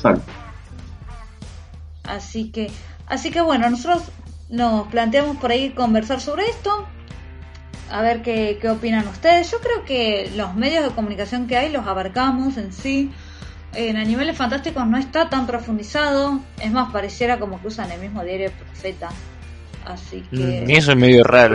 Así que bueno, nosotros nos planteamos por ahí conversar sobre esto, a ver qué opinan ustedes. Yo creo que los medios de comunicación que hay los abarcamos en sí. En Animales Fantásticos no está tan profundizado, es más, pareciera como que usan el mismo diario de Profeta. Así que... eso es medio raro.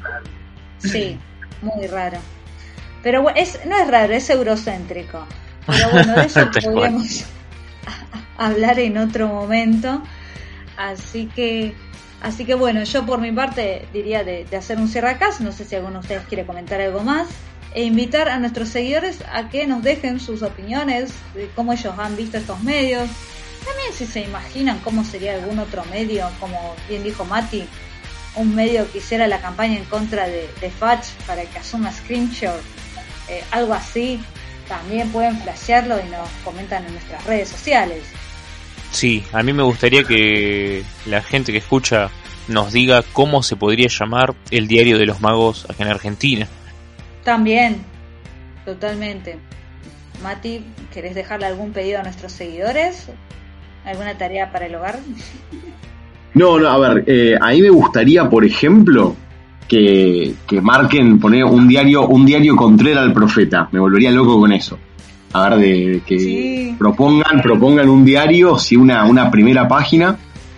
Sí, muy raro. Pero bueno, no es raro, es eurocéntrico. Pero bueno, de eso podríamos hablar en otro momento. Así que bueno, yo por mi parte diría de hacer un cierre acá. No sé si alguno de ustedes quiere comentar algo más, e invitar a nuestros seguidores a que nos dejen sus opiniones de cómo ellos han visto estos medios. También si se imaginan cómo sería algún otro medio, como bien dijo Mati, un medio que hiciera la campaña en contra de Fudge para que asuma Screenshot, algo así. También pueden flashearlo y nos comentan en nuestras redes sociales. Sí, a mí me gustaría que la gente que escucha nos diga cómo se podría llamar el Diario de los Magos acá en Argentina. También, totalmente. Mati, ¿querés dejarle algún pedido a nuestros seguidores? ¿Alguna tarea para el hogar? No, a ver, a mí me gustaría, por ejemplo, que marquen, poner un diario contrario al Profeta. Me volvería loco con eso. A ver, de que propongan un diario, sí, una primera página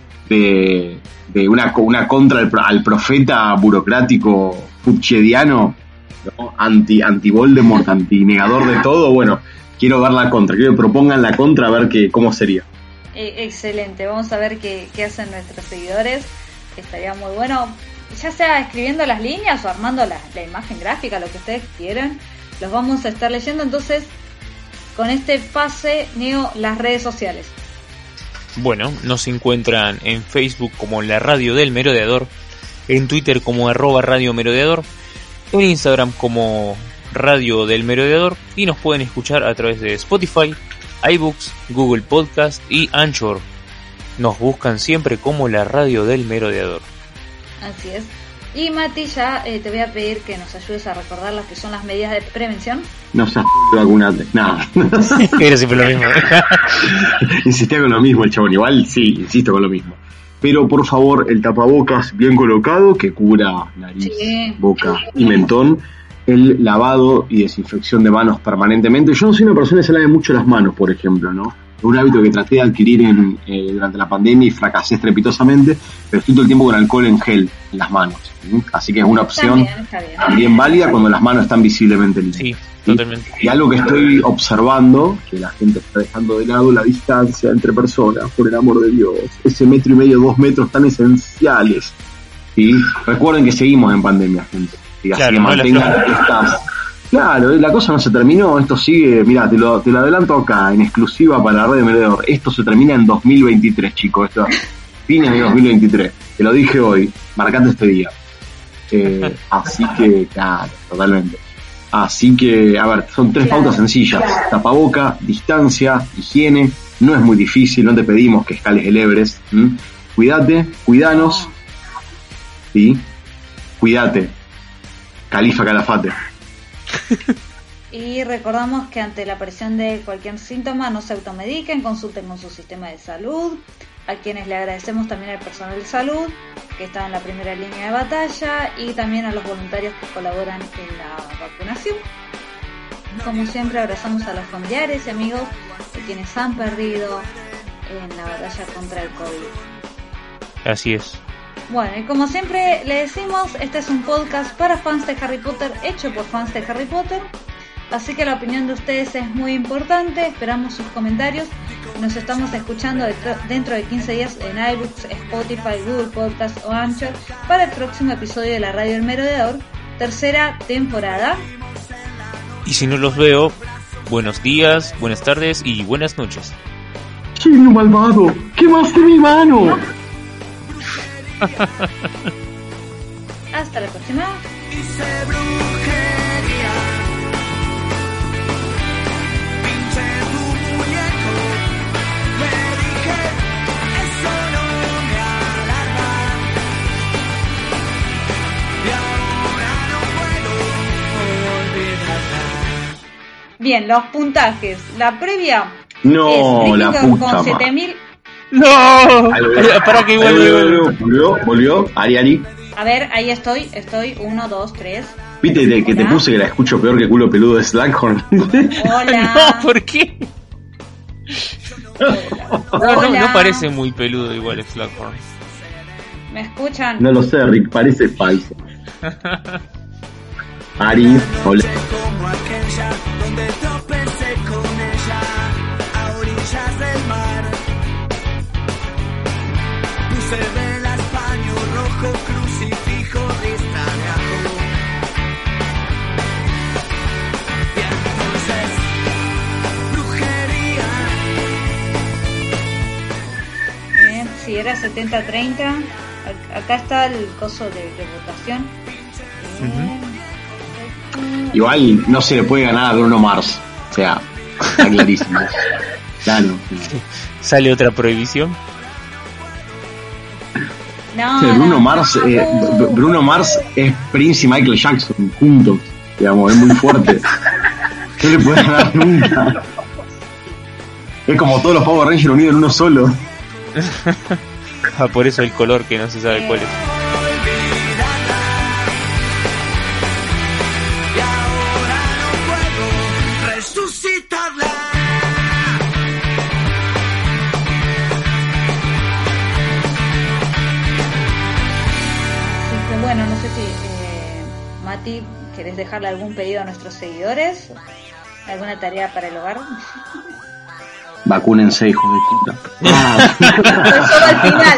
de una contra al Profeta burocrático futchediano, ¿no? anti Voldemort, anti negador de todo. Bueno, quiero ver la contra, quiero que propongan la contra, a ver cómo sería. Excelente, vamos a ver qué hacen nuestros seguidores. Estaría muy bueno, ya sea escribiendo las líneas o armando la imagen gráfica, lo que ustedes quieran, los vamos a estar leyendo. Entonces, con este pase, Neo, las redes sociales. Bueno, nos encuentran en Facebook como La Radio del Merodeador, en Twitter como @Radio Merodeador, en Instagram como Radio del Merodeador, y nos pueden escuchar a través de Spotify, iBooks, Google Podcast y Anchor. Nos buscan siempre como La Radio del Merodeador. Así es. Y Mati, ya te voy a pedir que nos ayudes a recordar las que son las medidas de prevención. No seas vacunate, nada. Era siempre lo mismo. Insistía con lo mismo el chabón, igual sí, insisto con lo mismo. Pero por favor, el tapabocas bien colocado, que cubra nariz, boca y mentón. El lavado y desinfección de manos permanentemente. Yo no soy una persona que se lave mucho las manos, por ejemplo, ¿no? Es un hábito que traté de adquirir durante la pandemia y fracasé estrepitosamente, pero estoy todo el tiempo con alcohol en gel en las manos, ¿sí? Así que es una opción también válida cuando las manos están visiblemente limpias. Sí, totalmente. Y algo que estoy observando, que la gente está dejando de lado, la distancia entre personas, por el amor de Dios. Ese 1,5 metros, 2 metros tan esenciales, ¿sí? Recuerden que seguimos en pandemia, gente. Así que mantengan estas... Claro, la cosa no se terminó, esto sigue, mirá, te lo adelanto acá, en exclusiva para la red de Merodeador. Esto se termina en 2023, chicos. fines de 2023. Te lo dije hoy, marcate este día. Así que, claro, totalmente. Así que, a ver, son 3 pautas sencillas. Tapaboca, distancia, higiene. No es muy difícil, no te pedimos que escales el Everest. Cuídate, cuidanos. ¿Sí? Cuídate. Califa Calafate. Y recordamos que ante la aparición de cualquier síntoma no se automediquen, consulten con su sistema de salud, a quienes le agradecemos también al personal de salud que está en la primera línea de batalla y también a los voluntarios que colaboran en la vacunación. Como siempre abrazamos a los familiares y amigos de quienes han perdido en la batalla contra el COVID. Así es. Bueno, y como siempre le decimos, este es un podcast para fans de Harry Potter, hecho por fans de Harry Potter. Así que la opinión de ustedes es muy importante, esperamos sus comentarios. Nos estamos escuchando dentro de 15 días en iBooks, Spotify, Google Podcast o Anchor para el próximo episodio de la Radio del Merodeador, tercera temporada. Y si no los veo, buenos días, buenas tardes y buenas noches. ¡Genio malvado! ¡Quemaste mi mano! Hasta la próxima. Bien, los puntajes. La previa no, es la Gryffindor puta con madre. 7000. ¡No! Para que volvió, Ari. A ver, ahí estoy, 1, 2, 3. Viste que te puse que la escucho peor que culo peludo de Slackhorn. Hola. No, ¿por qué? Hola. No parece muy peludo igual Slackhorn. ¿Me escuchan? No lo sé, Rick, parece falso. Ari, hola. Como aquella donde tropecé con ella a orillas del mar. Puse velas, paño rojo, crucifijo, lista de ajo. Y entonces, brujería. Bien, si era 70-30, acá está el coso de votación. Igual no se le puede ganar a Bruno Mars. O sea, está clarísimo. Claro. ¿Sale otra prohibición? No, Bruno Mars es Prince y Michael Jackson juntos. Digamos, es muy fuerte. No le puede ganar nunca. Es como todos los Power Rangers unidos en uno solo. Por eso el color que no se sabe cuál es. Bueno, no sé si Mati, ¿querés dejarle algún pedido a nuestros seguidores? ¿Alguna tarea para el hogar? Vacúnense, hijos de puta. Pero solo al final.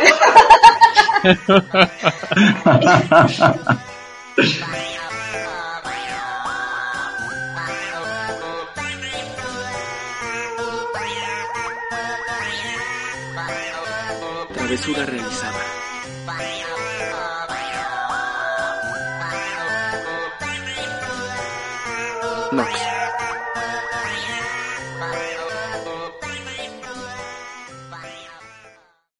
Travesura realizada.